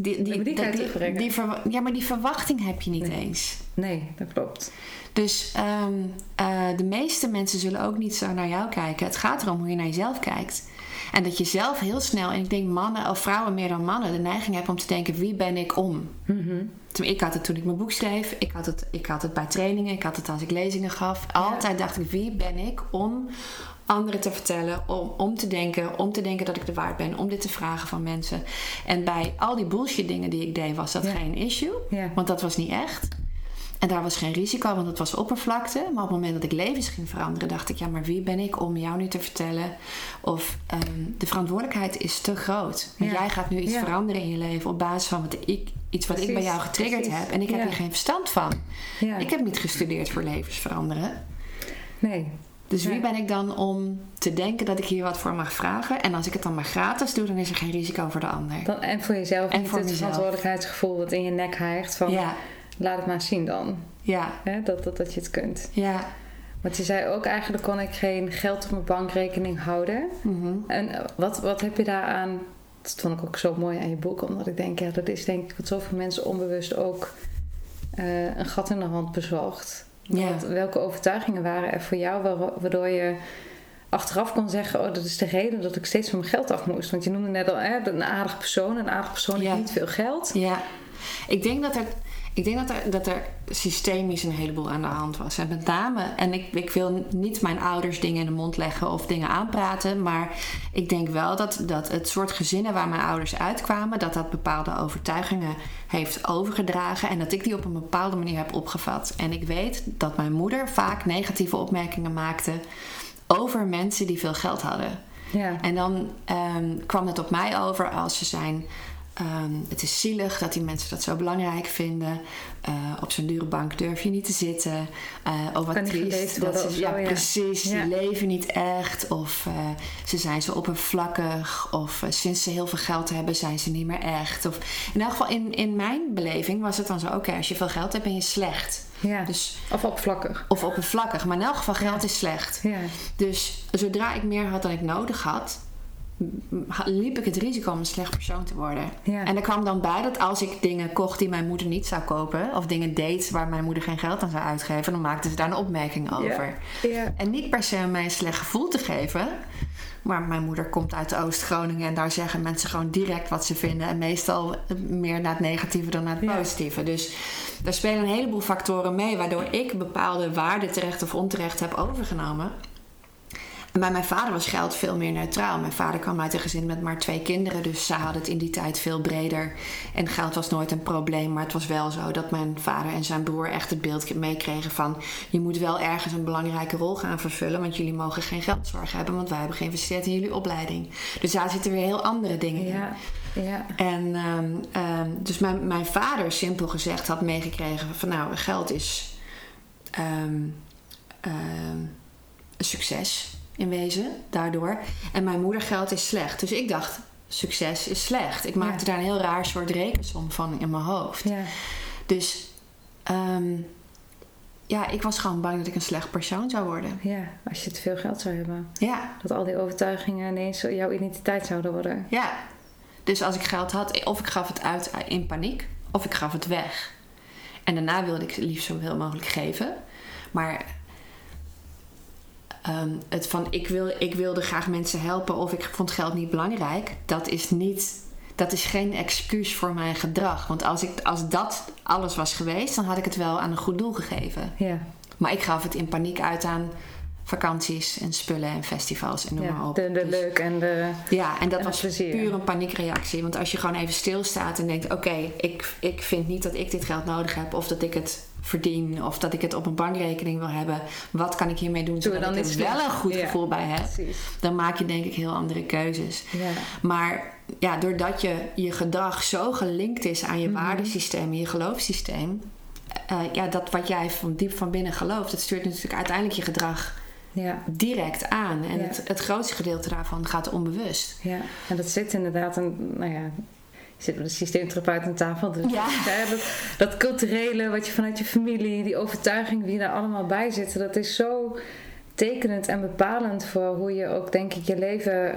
Maar die verwachting heb je niet eens. Nee, dat klopt. Dus de meeste mensen zullen ook niet zo naar jou kijken. Het gaat erom hoe je naar jezelf kijkt. En dat je zelf heel snel, en ik denk mannen of vrouwen meer dan mannen, de neiging hebben om te denken, wie ben ik om? Mm-hmm. Ik had het toen ik mijn boek schreef. Ik had het bij trainingen. Ik had het als ik lezingen gaf. Altijd dacht ik, wie ben ik om anderen te vertellen, om te denken dat ik er waard ben, om dit te vragen van mensen. En bij al die bullshit dingen die ik deed, was dat geen issue. Ja. Want dat was niet echt. En daar was geen risico, want het was oppervlakte. Maar op het moment dat ik levens ging veranderen, dacht ik, ja, maar wie ben ik om jou nu te vertellen? Of de verantwoordelijkheid is te groot. Ja. Jij gaat nu iets veranderen in je leven op basis van iets wat ik bij jou getriggerd heb. En ik heb hier geen verstand van. Ja. Ik heb niet gestudeerd voor levens veranderen. Nee. Dus wie ben ik dan om te denken dat ik hier wat voor mag vragen? En als ik het dan maar gratis doe, dan is er geen risico voor de ander. En voor jezelf en niet voor het verantwoordelijkheidsgevoel dat in je nek hijgt van... Ja. Laat het maar zien dan. Ja. Hè, dat je het kunt. Ja. Want je zei ook eigenlijk kon ik geen geld op mijn bankrekening houden. Mm-hmm. En wat heb je daaraan Dat vond ik ook zo mooi aan je boek. Omdat ik denk, dat is denk ik wat zoveel mensen onbewust ook een gat in de hand bezorgt. Want welke overtuigingen waren er voor jou waardoor je achteraf kon zeggen, dat is de reden dat ik steeds van mijn geld af moest. Want je noemde net al, een aardige persoon. Een aardige persoon heeft niet veel geld. Ja, ik denk dat er systemisch een heleboel aan de hand was. En met name, en ik wil niet mijn ouders dingen in de mond leggen of dingen aanpraten, maar ik denk wel dat het soort gezinnen waar mijn ouders uitkwamen, dat bepaalde overtuigingen heeft overgedragen en dat ik die op een bepaalde manier heb opgevat. En ik weet dat mijn moeder vaak negatieve opmerkingen maakte over mensen die veel geld hadden. Ja. En dan kwam het op mij over als ze zijn, het is zielig dat die mensen dat zo belangrijk vinden. Op zo'n dure bank durf je niet te zitten. Wat triest. Precies. Ja. Die leven niet echt. Of ze zijn zo oppervlakkig. Of sinds ze heel veel geld hebben zijn ze niet meer echt. Of, in elk geval in mijn beleving was het dan zo. Oké, als je veel geld hebt ben je slecht. Ja. Dus, of oppervlakkig. Maar in elk geval geld is slecht. Ja. Dus zodra ik meer had dan ik nodig had, liep ik het risico om een slecht persoon te worden. Ja. En er kwam dan bij dat als ik dingen kocht die mijn moeder niet zou kopen, of dingen deed waar mijn moeder geen geld aan zou uitgeven, dan maakte ze daar een opmerking over. Ja. Ja. En niet per se om mij een slecht gevoel te geven, maar mijn moeder komt uit Oost-Groningen en daar zeggen mensen gewoon direct wat ze vinden en meestal meer naar het negatieve dan naar het positieve. Dus daar spelen een heleboel factoren mee waardoor ik bepaalde waarden terecht of onterecht heb overgenomen. En bij mijn vader was geld veel meer neutraal. Mijn vader kwam uit een gezin met maar 2 kinderen. Dus ze hadden het in die tijd veel breder. En geld was nooit een probleem. Maar het was wel zo dat mijn vader en zijn broer echt het beeld meekregen van, je moet wel ergens een belangrijke rol gaan vervullen. Want jullie mogen geen geldzorg hebben. Want wij hebben geïnvesteerd in jullie opleiding. Dus daar zitten weer heel andere dingen in. Ja. En dus mijn vader, simpel gezegd, had meegekregen van, nou, geld is een succes in wezen, daardoor. En mijn moeder, geld is slecht. Dus ik dacht, succes is slecht. Ik maakte daar een heel raar soort rekensom van in mijn hoofd. Ja. Dus ik was gewoon bang dat ik een slecht persoon zou worden. Ja, als je te veel geld zou hebben. Ja. Dat al die overtuigingen ineens jouw identiteit zouden worden. Ja. Dus als ik geld had, of ik gaf het uit in paniek, of ik gaf het weg. En daarna wilde ik het liefst zo veel mogelijk geven. Maar het van ik wilde graag mensen helpen of ik vond geld niet belangrijk, dat is geen excuus voor mijn gedrag. Want als dat alles was geweest, dan had ik het wel aan een goed doel gegeven. Ja. Maar ik gaf het in paniek uit aan vakanties en spullen en festivals en noem maar op. De leuk en de. Ja, en dat was puur een paniekreactie. Want als je gewoon even stilstaat en denkt, oké, ik vind niet dat ik dit geld nodig heb, of dat ik het verdien, of dat ik het op een bankrekening wil hebben. Wat kan ik hiermee doen zodat ik er wel een goed gevoel bij heb? Precies. Dan maak je denk ik heel andere keuzes. Ja. Maar doordat je gedrag zo gelinkt is aan je waardesysteem en je geloofssysteem, dat wat jij van diep van binnen gelooft, dat stuurt natuurlijk uiteindelijk je gedrag direct aan. En het grootste gedeelte daarvan gaat onbewust. Ja, en dat zit inderdaad je zit met een systeemtherapeut aan tafel. Dus dat culturele, wat je vanuit je familie, die overtuiging die daar allemaal bij zitten, dat is zo tekenend en bepalend voor hoe je ook, denk ik, je leven,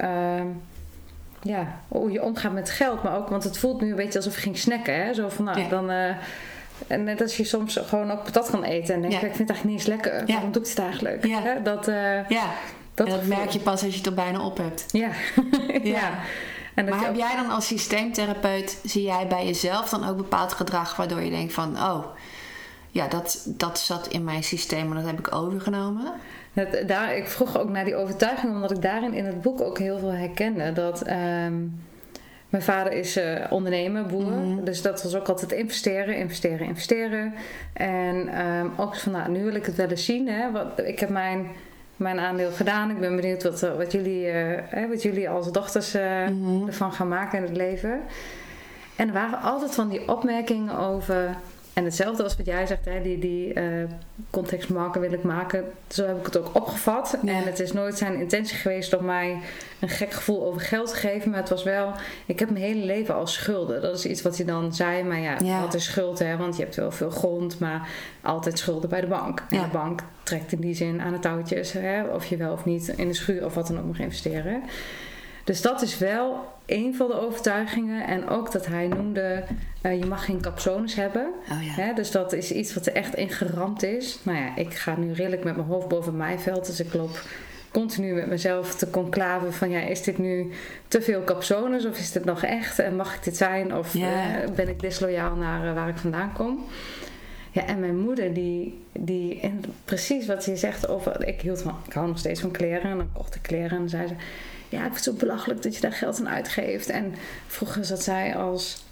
hoe je omgaat met geld. Maar ook, want het voelt nu een beetje alsof je ging snacken. Hè? Zo van, dan. En net als je soms gewoon ook patat kan eten en denk ik vind het eigenlijk niet eens lekker. Waarom doe ik het eigenlijk? Ja. Hè? Dat merk je pas als je het er bijna op hebt. Ja. Ja. En maar heb jij dan als systeemtherapeut, zie jij bij jezelf dan ook bepaald gedrag waardoor je denkt van, dat zat in mijn systeem en dat heb ik overgenomen? Ik vroeg ook naar die overtuiging, omdat ik daarin in het boek ook heel veel herkende. Dat mijn vader is ondernemer, boer. Mm-hmm. Dus dat was ook altijd investeren. En ook van, nu wil ik het wel eens zien. Hè? Ik heb mijn aandeel gedaan. Ik ben benieuwd wat jullie als dochters ervan gaan maken in het leven. En er waren altijd van die opmerkingen over. En hetzelfde als wat jij zegt, hè, die contextmarker wil ik maken. Zo heb ik het ook opgevat. Ja. En het is nooit zijn intentie geweest om mij een gek gevoel over geld te geven. Maar het was wel, ik heb mijn hele leven al schulden. Dat is iets wat hij dan zei. Maar wat is schuld? Hè? Want je hebt wel veel grond, maar altijd schulden bij de bank. En de bank trekt in die zin aan de touwtjes. Hè? Of je wel of niet in de schuur of wat dan ook mag investeren. Dus dat is wel een van de overtuigingen. En ook dat hij noemde, je mag geen capsones hebben. Oh, ja. Hè, dus dat is iets wat er echt in geramd is. Nou ja, ik ga nu redelijk met mijn hoofd boven mijn veld. Dus ik loop continu met mezelf te conclaven van, is dit nu te veel capsones of is dit nog echt? En mag ik dit zijn? Of ben ik disloyaal naar waar ik vandaan kom? Ja, en mijn moeder, die en precies wat je zegt over... Ik hou nog steeds van kleren. En dan kocht ik kleren en dan zei ze... Ja, ik vind het zo belachelijk dat je daar geld aan uitgeeft. En vroeger zat zij als...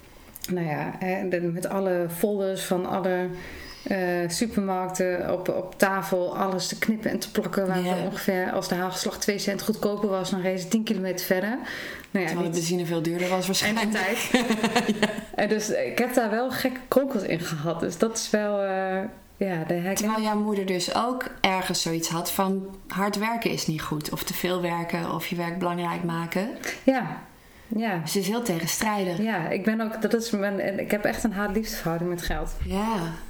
met alle folders van alle supermarkten op tafel... alles te knippen en te plakken. Waar we ongeveer, als de hagelslag 2 cent goedkoper was... dan reed ze 10 kilometer verder. Terwijl de benzine veel duurder was waarschijnlijk. En de tijd. En dus ik heb daar wel gekke kronkels in gehad. Dus dat is wel... Terwijl jouw moeder dus ook ergens zoiets had van... hard werken is niet goed. Of te veel werken of je werk belangrijk maken. Ja. Dus ze is heel tegenstrijdig. Ja, ik heb echt een haat-liefdeverhouding met geld. Ja.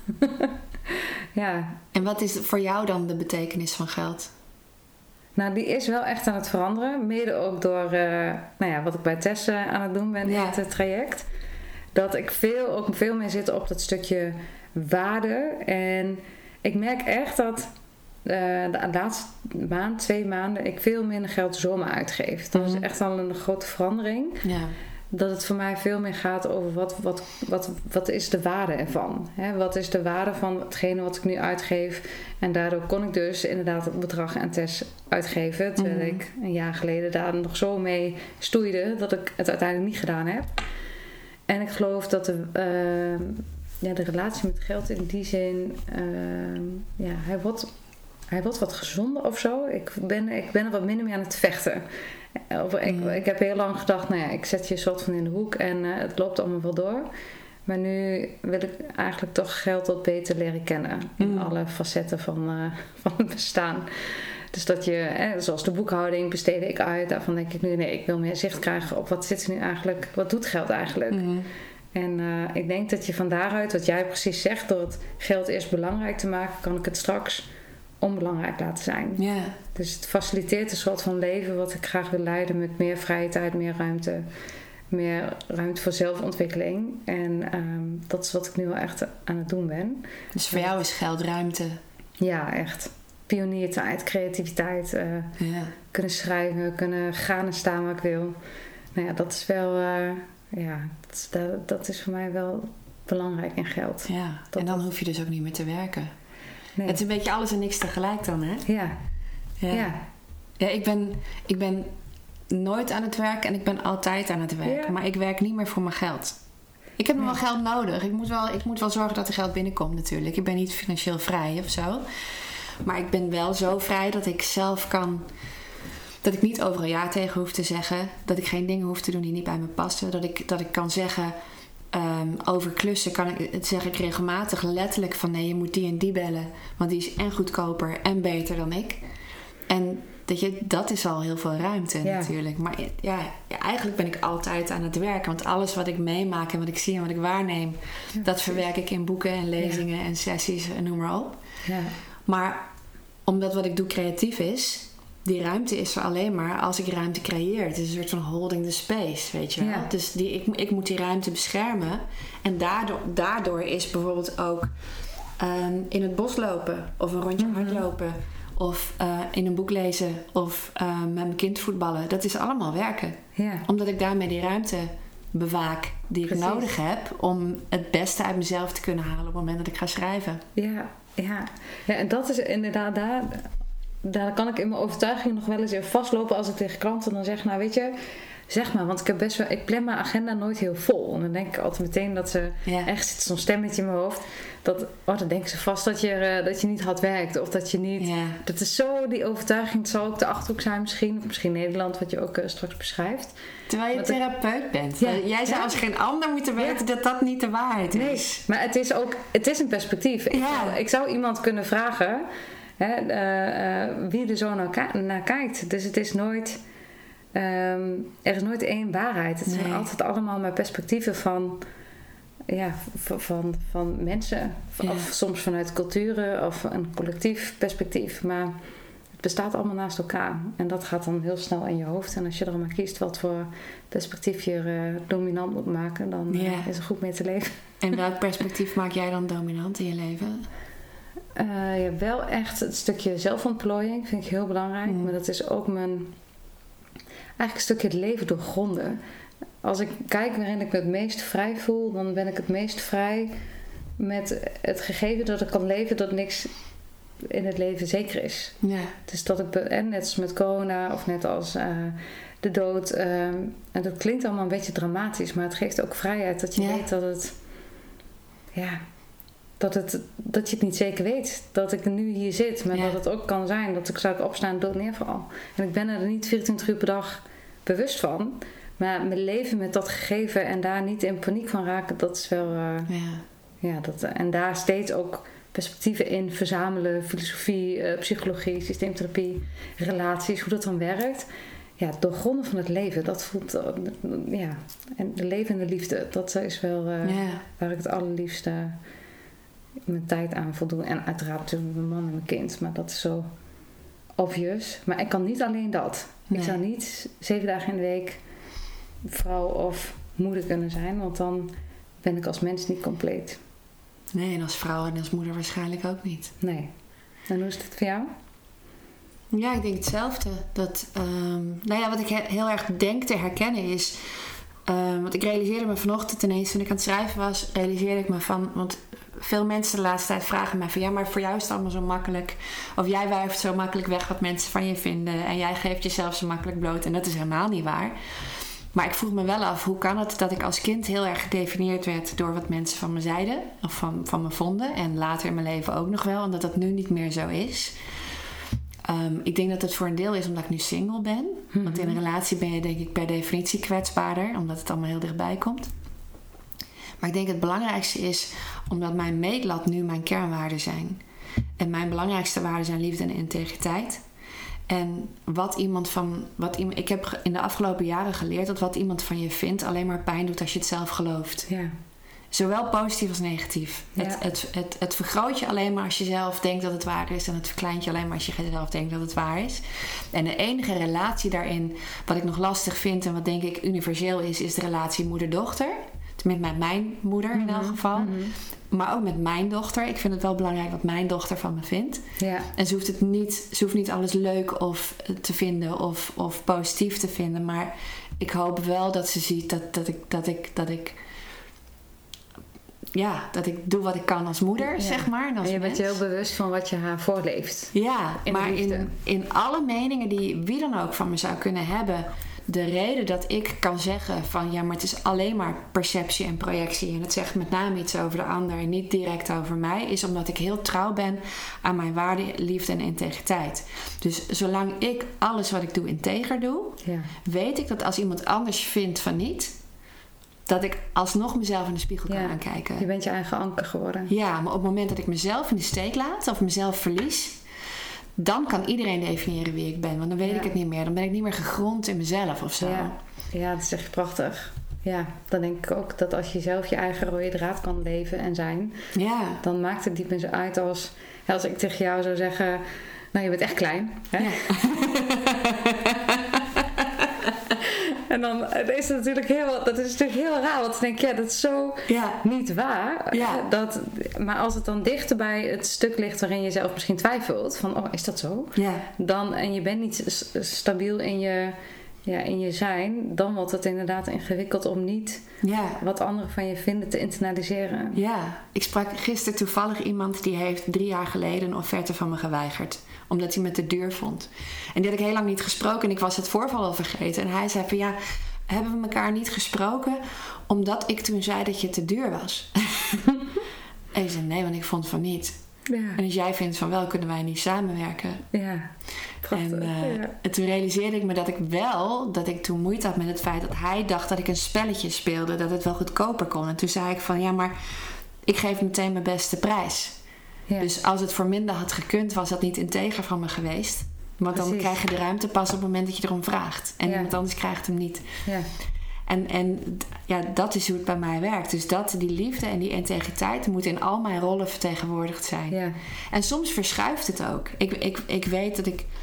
Ja. En wat is voor jou dan de betekenis van geld? Nou, die is wel echt aan het veranderen. Mede ook door wat ik bij Tess aan het doen ben in het traject. Dat ik veel meer zit op dat stukje waarde. En ik merk echt dat de laatste 2 maanden ik veel minder geld zomaar uitgeef. Dat is echt al een grote verandering. Ja. Dat het voor mij veel meer gaat over wat is de waarde ervan. Hè? Wat is de waarde van hetgene wat ik nu uitgeef. En daardoor kon ik dus inderdaad het bedrag aan Tess uitgeven. Terwijl ik een jaar geleden daar nog zo mee stoeide dat ik het uiteindelijk niet gedaan heb. En ik geloof dat de relatie met geld in die zin... hij wordt wat gezonder of zo. Ik ben er wat minder mee aan het vechten. Ik heb heel lang gedacht, ik zet je soort van in de hoek en het loopt allemaal wel door. Maar nu wil ik eigenlijk toch geld wat beter leren kennen. In alle facetten van het bestaan. Dus dat zoals de boekhouding besteedde ik uit. Daarvan denk ik nu, ik wil meer zicht krijgen op wat zit er nu eigenlijk, wat doet geld eigenlijk? En ik denk dat je van daaruit, wat jij precies zegt, door het geld eerst belangrijk te maken, kan ik het straks onbelangrijk laten zijn. Yeah. Dus het faciliteert een soort van leven wat ik graag wil leiden met meer vrije tijd, meer ruimte voor zelfontwikkeling. En dat is wat ik nu wel echt aan het doen ben. Dus voor jou is geld ruimte? Ja, echt. Pioniertijd, creativiteit, kunnen schrijven, kunnen gaan en staan waar ik wil. Nou ja, dat is wel... dat is voor mij wel belangrijk in geld. Ja, en dan hoef je dus ook niet meer te werken. Nee. Het is een beetje alles en niks tegelijk dan, hè? Ja, ik ben nooit aan het werken en ik ben altijd aan het werken. Ja. Maar ik werk niet meer voor mijn geld. Ik heb nog wel geld nodig. Ik moet wel zorgen dat er geld binnenkomt natuurlijk. Ik ben niet financieel vrij of zo. Maar ik ben wel zo vrij dat ik zelf kan... Dat ik niet overal ja tegen hoef te zeggen. Dat ik geen dingen hoef te doen die niet bij me passen. Dat ik kan zeggen... over klussen zeg ik regelmatig letterlijk van... nee, je moet die en die bellen. Want die is en goedkoper en beter dan ik. En dat is al heel veel ruimte natuurlijk. Maar eigenlijk ben ik altijd aan het werken. Want alles wat ik meemaak en wat ik zie en wat ik waarneem... dat verwerk ik in boeken en lezingen en sessies en noem maar op. Ja. Maar omdat wat ik doe creatief is... die ruimte is er alleen maar als ik ruimte creëer. Het is een soort van holding the space, weet je wel. Ja. Dus ik moet die ruimte beschermen. En daardoor is bijvoorbeeld ook in het bos lopen... of een rondje hardlopen... of in een boek lezen... of met mijn kind voetballen. Dat is allemaal werken. Ja. Omdat ik daarmee die ruimte bewaak... die ik nodig heb... om het beste uit mezelf te kunnen halen... op het moment dat ik ga schrijven. Ja, en dat is inderdaad... Daar kan ik in mijn overtuiging nog wel eens in vastlopen als ik tegen klanten dan zeg, nou weet je, zeg maar, want ik plan mijn agenda nooit heel vol. En dan denk ik altijd meteen dat ze echt zit zo'n stemmetje in mijn hoofd. Dan denken ze vast dat je niet hard werkt of dat je niet. Ja. Dat is zo die overtuiging. Het zal ook de Achterhoek zijn misschien, of misschien Nederland, wat je ook straks beschrijft. Terwijl je therapeut bent. Ja. Jij zou als geen ander moeten weten dat niet de waarheid is. Nee, maar het is een perspectief. Ik zou iemand kunnen vragen. Wie er zo naar kijkt. Dus het is nooit... er is nooit één waarheid. Het zijn altijd allemaal maar perspectieven van mensen. Of soms vanuit culturen of een collectief perspectief. Maar het bestaat allemaal naast elkaar. En dat gaat dan heel snel in je hoofd. En als je er maar kiest wat voor perspectief je dominant moet maken, dan is er goed mee te leven. En welk perspectief maak jij dan dominant in je leven? Wel echt het stukje zelfontplooiing vind ik heel belangrijk. Maar dat is ook eigenlijk een stukje het leven doorgronden. Als ik kijk waarin ik me het meest vrij voel, dan ben ik het meest vrij met het gegeven dat ik kan leven, dat niks in het leven zeker is. Ja. Dus dat ik, net als met corona of net als de dood. En dat klinkt allemaal een beetje dramatisch, maar het geeft ook vrijheid dat je weet dat het... Ja, dat je het niet zeker weet. Dat ik nu hier zit, maar dat het ook kan zijn dat ik zou opstaan dood neerval. En ik ben er niet 24 uur per dag bewust van. Maar mijn leven met dat gegeven en daar niet in paniek van raken, dat is wel... en daar steeds ook perspectieven in verzamelen. Filosofie, psychologie, systeemtherapie, relaties, hoe dat dan werkt. Ja, het doorgronden van het leven, dat voelt... En de leven en de liefde, dat is wel waar ik het allerliefste mijn tijd aan voldoe. En uiteraard natuurlijk mijn man en mijn kind, maar dat is zo obvious. Maar ik kan niet alleen dat. Nee. Ik zou niet 7 dagen in de week vrouw of moeder kunnen zijn, want dan ben ik als mens niet compleet. Nee, en als vrouw en als moeder waarschijnlijk ook niet. Nee. En hoe is het voor jou? Ja, ik denk hetzelfde. Dat, wat ik heel erg denk te herkennen is... want ik realiseerde me vanochtend ineens, toen ik aan het schrijven was, realiseerde ik me van... Want veel mensen de laatste tijd vragen mij van... Ja, maar voor jou is het allemaal zo makkelijk. Of jij wuift zo makkelijk weg wat mensen van je vinden. En jij geeft jezelf zo makkelijk bloot. En dat is helemaal niet waar. Maar ik vroeg me wel af, hoe kan het dat ik als kind heel erg gedefinieerd werd door wat mensen van me zeiden. Of van me vonden. En later in mijn leven ook nog wel. En dat dat nu niet meer zo is. Ik denk dat het voor een deel is omdat ik nu single ben. Mm-hmm. Want in een relatie ben je denk ik per definitie kwetsbaarder. Omdat het allemaal heel dichtbij komt. Maar ik denk het belangrijkste is omdat mijn meetlat nu mijn kernwaarden zijn. En mijn belangrijkste waarden zijn liefde en integriteit. En ik heb in de afgelopen jaren geleerd dat wat iemand van je vindt alleen maar pijn doet als je het zelf gelooft. Ja. Zowel positief als negatief. Ja. Het vergroot je alleen maar als je zelf denkt dat het waar is. En het verkleint je alleen maar als je zelf denkt dat het waar is. En de enige relatie daarin, wat ik nog lastig vind en wat denk ik universeel is de relatie moeder-dochter. Met mijn moeder in elk geval. Mm-hmm. Maar ook met mijn dochter. Ik vind het wel belangrijk wat mijn dochter van me vindt. Ja. En ze hoeft niet alles leuk of te vinden of positief te vinden. Maar ik hoop wel dat ze ziet dat ik doe wat ik kan als moeder, zeg maar. En je bent je heel bewust van wat je haar voorleeft. Ja, maar in alle meningen die wie dan ook van me zou kunnen hebben... De reden dat ik kan zeggen van... ja, maar het is alleen maar perceptie en projectie... en het zegt met name iets over de ander... en niet direct over mij... is omdat ik heel trouw ben aan mijn waarden, liefde en integriteit. Dus zolang ik alles wat ik doe integer doe... weet ik dat als iemand anders vindt van niet... dat ik alsnog mezelf in de spiegel kan aankijken. Je bent je eigen anker geworden. Ja, maar op het moment dat ik mezelf in de steek laat... of mezelf verlies... dan kan iedereen definiëren wie ik ben. Want dan weet ik het niet meer. Dan ben ik niet meer gegrond in mezelf of zo. Ja, dat is echt prachtig. Ja, dan denk ik ook dat als je zelf je eigen rode draad kan leven en zijn... dan maakt het niet meer zo uit als ik tegen jou zou zeggen... nou, je bent echt klein. Hè? Ja. En dan is het natuurlijk heel raar. Want dan denk je, dat is zo niet waar. Ja. Maar als het dan dichter bij het stuk ligt waarin je zelf misschien twijfelt. Van, is dat zo? Ja. En je bent niet stabiel in je zijn. Dan wordt het inderdaad ingewikkeld om niet wat anderen van je vinden te internaliseren. Ja, ik sprak gisteren toevallig iemand die heeft 3 jaar geleden een offerte van me geweigerd. Omdat hij me te duur vond. En die had ik heel lang niet gesproken en ik was het voorval al vergeten. En hij zei van hebben we elkaar niet gesproken omdat ik toen zei dat je te duur was? En ik zei nee, want ik vond van niet. Ja. En als jij vindt van wel, kunnen wij niet samenwerken. Ja, prachtig. En toen realiseerde ik me dat ik toen moeite had met het feit dat hij dacht dat ik een spelletje speelde, dat het wel goedkoper kon. En toen zei ik van maar ik geef meteen mijn beste prijs. Ja. Dus als het voor minder had gekund, was dat niet integer van me geweest. Want dan krijg je de ruimte pas op het moment dat je erom vraagt. En iemand anders krijgt hem niet. Ja. En dat is hoe het bij mij werkt. Dus die liefde en die integriteit moet in al mijn rollen vertegenwoordigd zijn. Ja. En soms verschuift het ook. Ik weet dat ik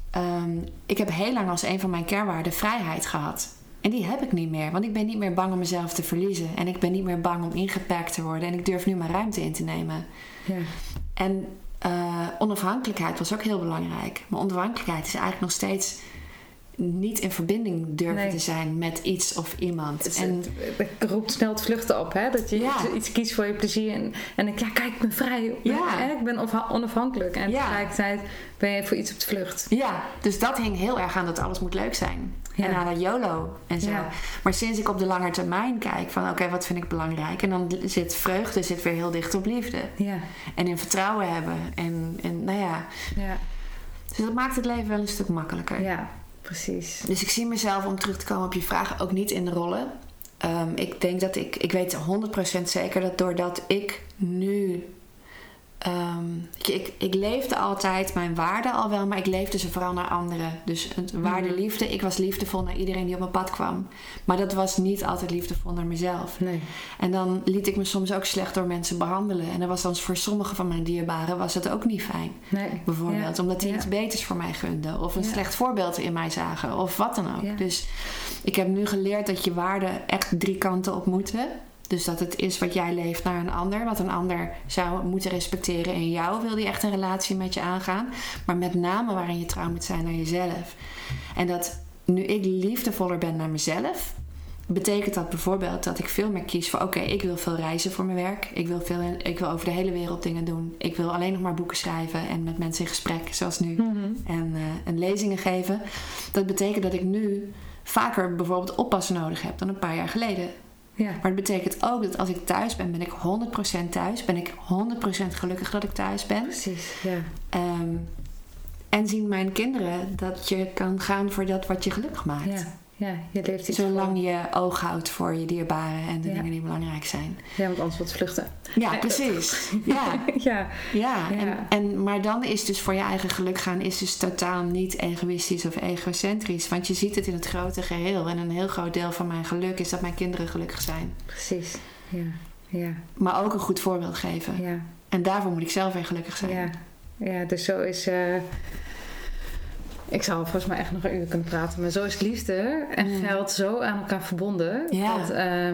ik heb heel lang als een van mijn kernwaarden vrijheid gehad. En die heb ik niet meer. Want ik ben niet meer bang om mezelf te verliezen. En ik ben niet meer bang om ingeperkt te worden. En ik durf nu mijn ruimte in te nemen. Ja. En onafhankelijkheid was ook heel belangrijk. Maar onafhankelijkheid is eigenlijk nog steeds niet in verbinding durven te zijn met iets of iemand. Het roept snel het vluchten op, hè? Dat je iets kiest voor je plezier. En ik kijk, ik ben vrij. Ja. Ik ben onafhankelijk. En tegelijkertijd ben je voor iets op de vlucht. Ja, dus dat hing heel erg aan dat alles moet leuk zijn. Ja. En aan dat YOLO en zo. Ja. Maar sinds ik op de lange termijn kijk van oké, wat vind ik belangrijk? En dan zit vreugde weer heel dicht op liefde. Ja. En in vertrouwen hebben. En nou ja. Dus dat maakt het leven wel een stuk makkelijker. Ja. Precies. Dus ik zie mezelf, om terug te komen op je vraag, ook niet in de rollen. Ik denk dat ik weet 100% zeker dat doordat ik nu... Ik leefde altijd mijn waarden al wel, maar ik leefde ze vooral naar anderen. Dus het waarde liefde, ik was liefdevol naar iedereen die op mijn pad kwam. Maar dat was niet altijd liefdevol naar mezelf. Nee. En dan liet ik me soms ook slecht door mensen behandelen. En dat was dan voor sommige van mijn dierbaren was dat ook niet fijn. Nee. Bijvoorbeeld, omdat die iets beters voor mij gunden. Of een slecht voorbeeld in mij zagen. Of wat dan ook. Ja. Dus ik heb nu geleerd dat je waarden echt 3 kanten op moeten. Dus dat het is wat jij leeft naar een ander. Wat een ander zou moeten respecteren in jou. Wil die echt een relatie met je aangaan. Maar met name waarin je trouw moet zijn naar jezelf. En dat nu ik liefdevoller ben naar mezelf. Betekent dat bijvoorbeeld dat ik veel meer kies voor... Oké, ik wil veel reizen voor mijn werk. Ik wil over de hele wereld dingen doen. Ik wil alleen nog maar boeken schrijven. En met mensen in gesprek, zoals nu. Mm-hmm. En lezingen geven. Dat betekent dat ik nu vaker bijvoorbeeld oppassen nodig heb dan een paar jaar geleden. Ja. Maar het betekent ook dat als ik thuis ben, ben ik 100% thuis. Ben ik 100% gelukkig dat ik thuis ben. Precies, ja. En zien mijn kinderen dat je kan gaan voor dat wat je gelukkig maakt. Ja, je leeft iets zolang je oog houdt voor je dierbaren en de dingen die belangrijk zijn. Ja, want anders wordt het vluchten. Ja, precies. Maar dan is dus voor je eigen geluk gaan is dus totaal niet egoïstisch of egocentrisch. Want je ziet het in het grote geheel. En een heel groot deel van mijn geluk is dat mijn kinderen gelukkig zijn. Precies, ja. Maar ook een goed voorbeeld geven. Ja. En daarvoor moet ik zelf weer gelukkig zijn. Ja, dus zo is... Ik zou volgens mij echt nog een uur kunnen praten. Maar zo is liefde en geld zo aan elkaar verbonden. Ja. Dat,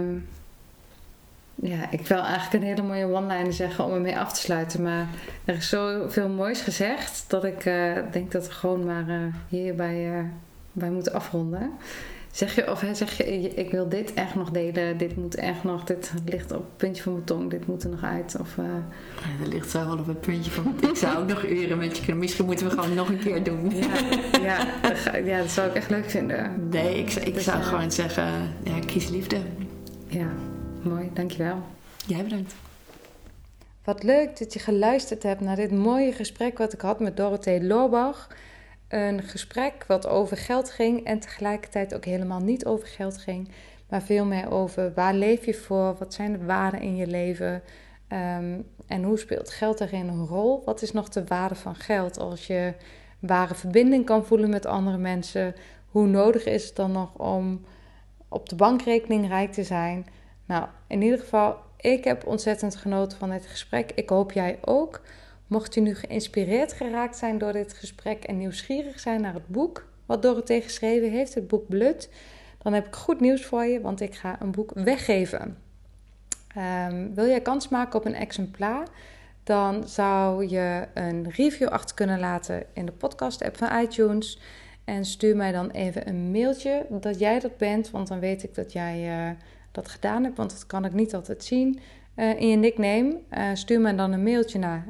ik wil eigenlijk een hele mooie one-liner zeggen om ermee af te sluiten. Maar er is zoveel moois gezegd dat ik denk dat we gewoon maar hierbij bij moeten afronden. Zeg je, ik wil dit echt nog delen. Dit moet echt nog, dit ligt op het puntje van mijn tong. Dit moet er nog uit. Of, dat ligt zo wel op het puntje van mijn tong. Ik zou ook nog uren met je kunnen. Misschien moeten we gewoon nog een keer doen. Dat zou ik echt leuk vinden. Nee, ik zou gewoon zeggen, kies liefde. Ja, mooi. Dankjewel. Jij bedankt. Wat leuk dat je geluisterd hebt naar dit mooie gesprek wat ik had met Dorothee Loorbach. Een gesprek wat over geld ging en tegelijkertijd ook helemaal niet over geld ging. Maar veel meer over waar leef je voor, wat zijn de waarden in je leven en hoe speelt geld daarin een rol. Wat is nog de waarde van geld als je ware verbinding kan voelen met andere mensen. Hoe nodig is het dan nog om op de bankrekening rijk te zijn? Nou, in ieder geval, ik heb ontzettend genoten van dit gesprek. Ik hoop jij ook. Mocht je nu geïnspireerd geraakt zijn door dit gesprek en nieuwsgierig zijn naar het boek wat Dorothee geschreven heeft, het boek Bloed, dan heb ik goed nieuws voor je, want ik ga een boek weggeven. Wil jij kans maken op een exemplaar, dan zou je een review achter kunnen laten in de podcast-app van iTunes. En stuur mij dan even een mailtje dat jij dat bent, want dan weet ik dat jij dat gedaan hebt, want dat kan ik niet altijd zien. In je nickname, stuur me dan een mailtje naar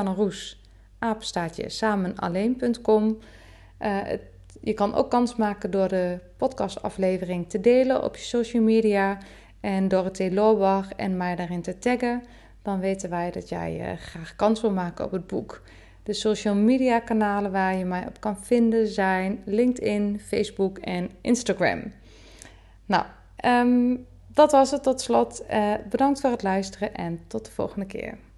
rianneroes@samenalleen.com. Je kan ook kans maken door de podcastaflevering te delen op je social media en Dorothee Loorbach en mij daarin te taggen. Dan weten wij dat jij graag kans wil maken op het boek. De social media kanalen waar je mij op kan vinden zijn LinkedIn, Facebook en Instagram. Nou, dat was het tot slot. Bedankt voor het luisteren en tot de volgende keer.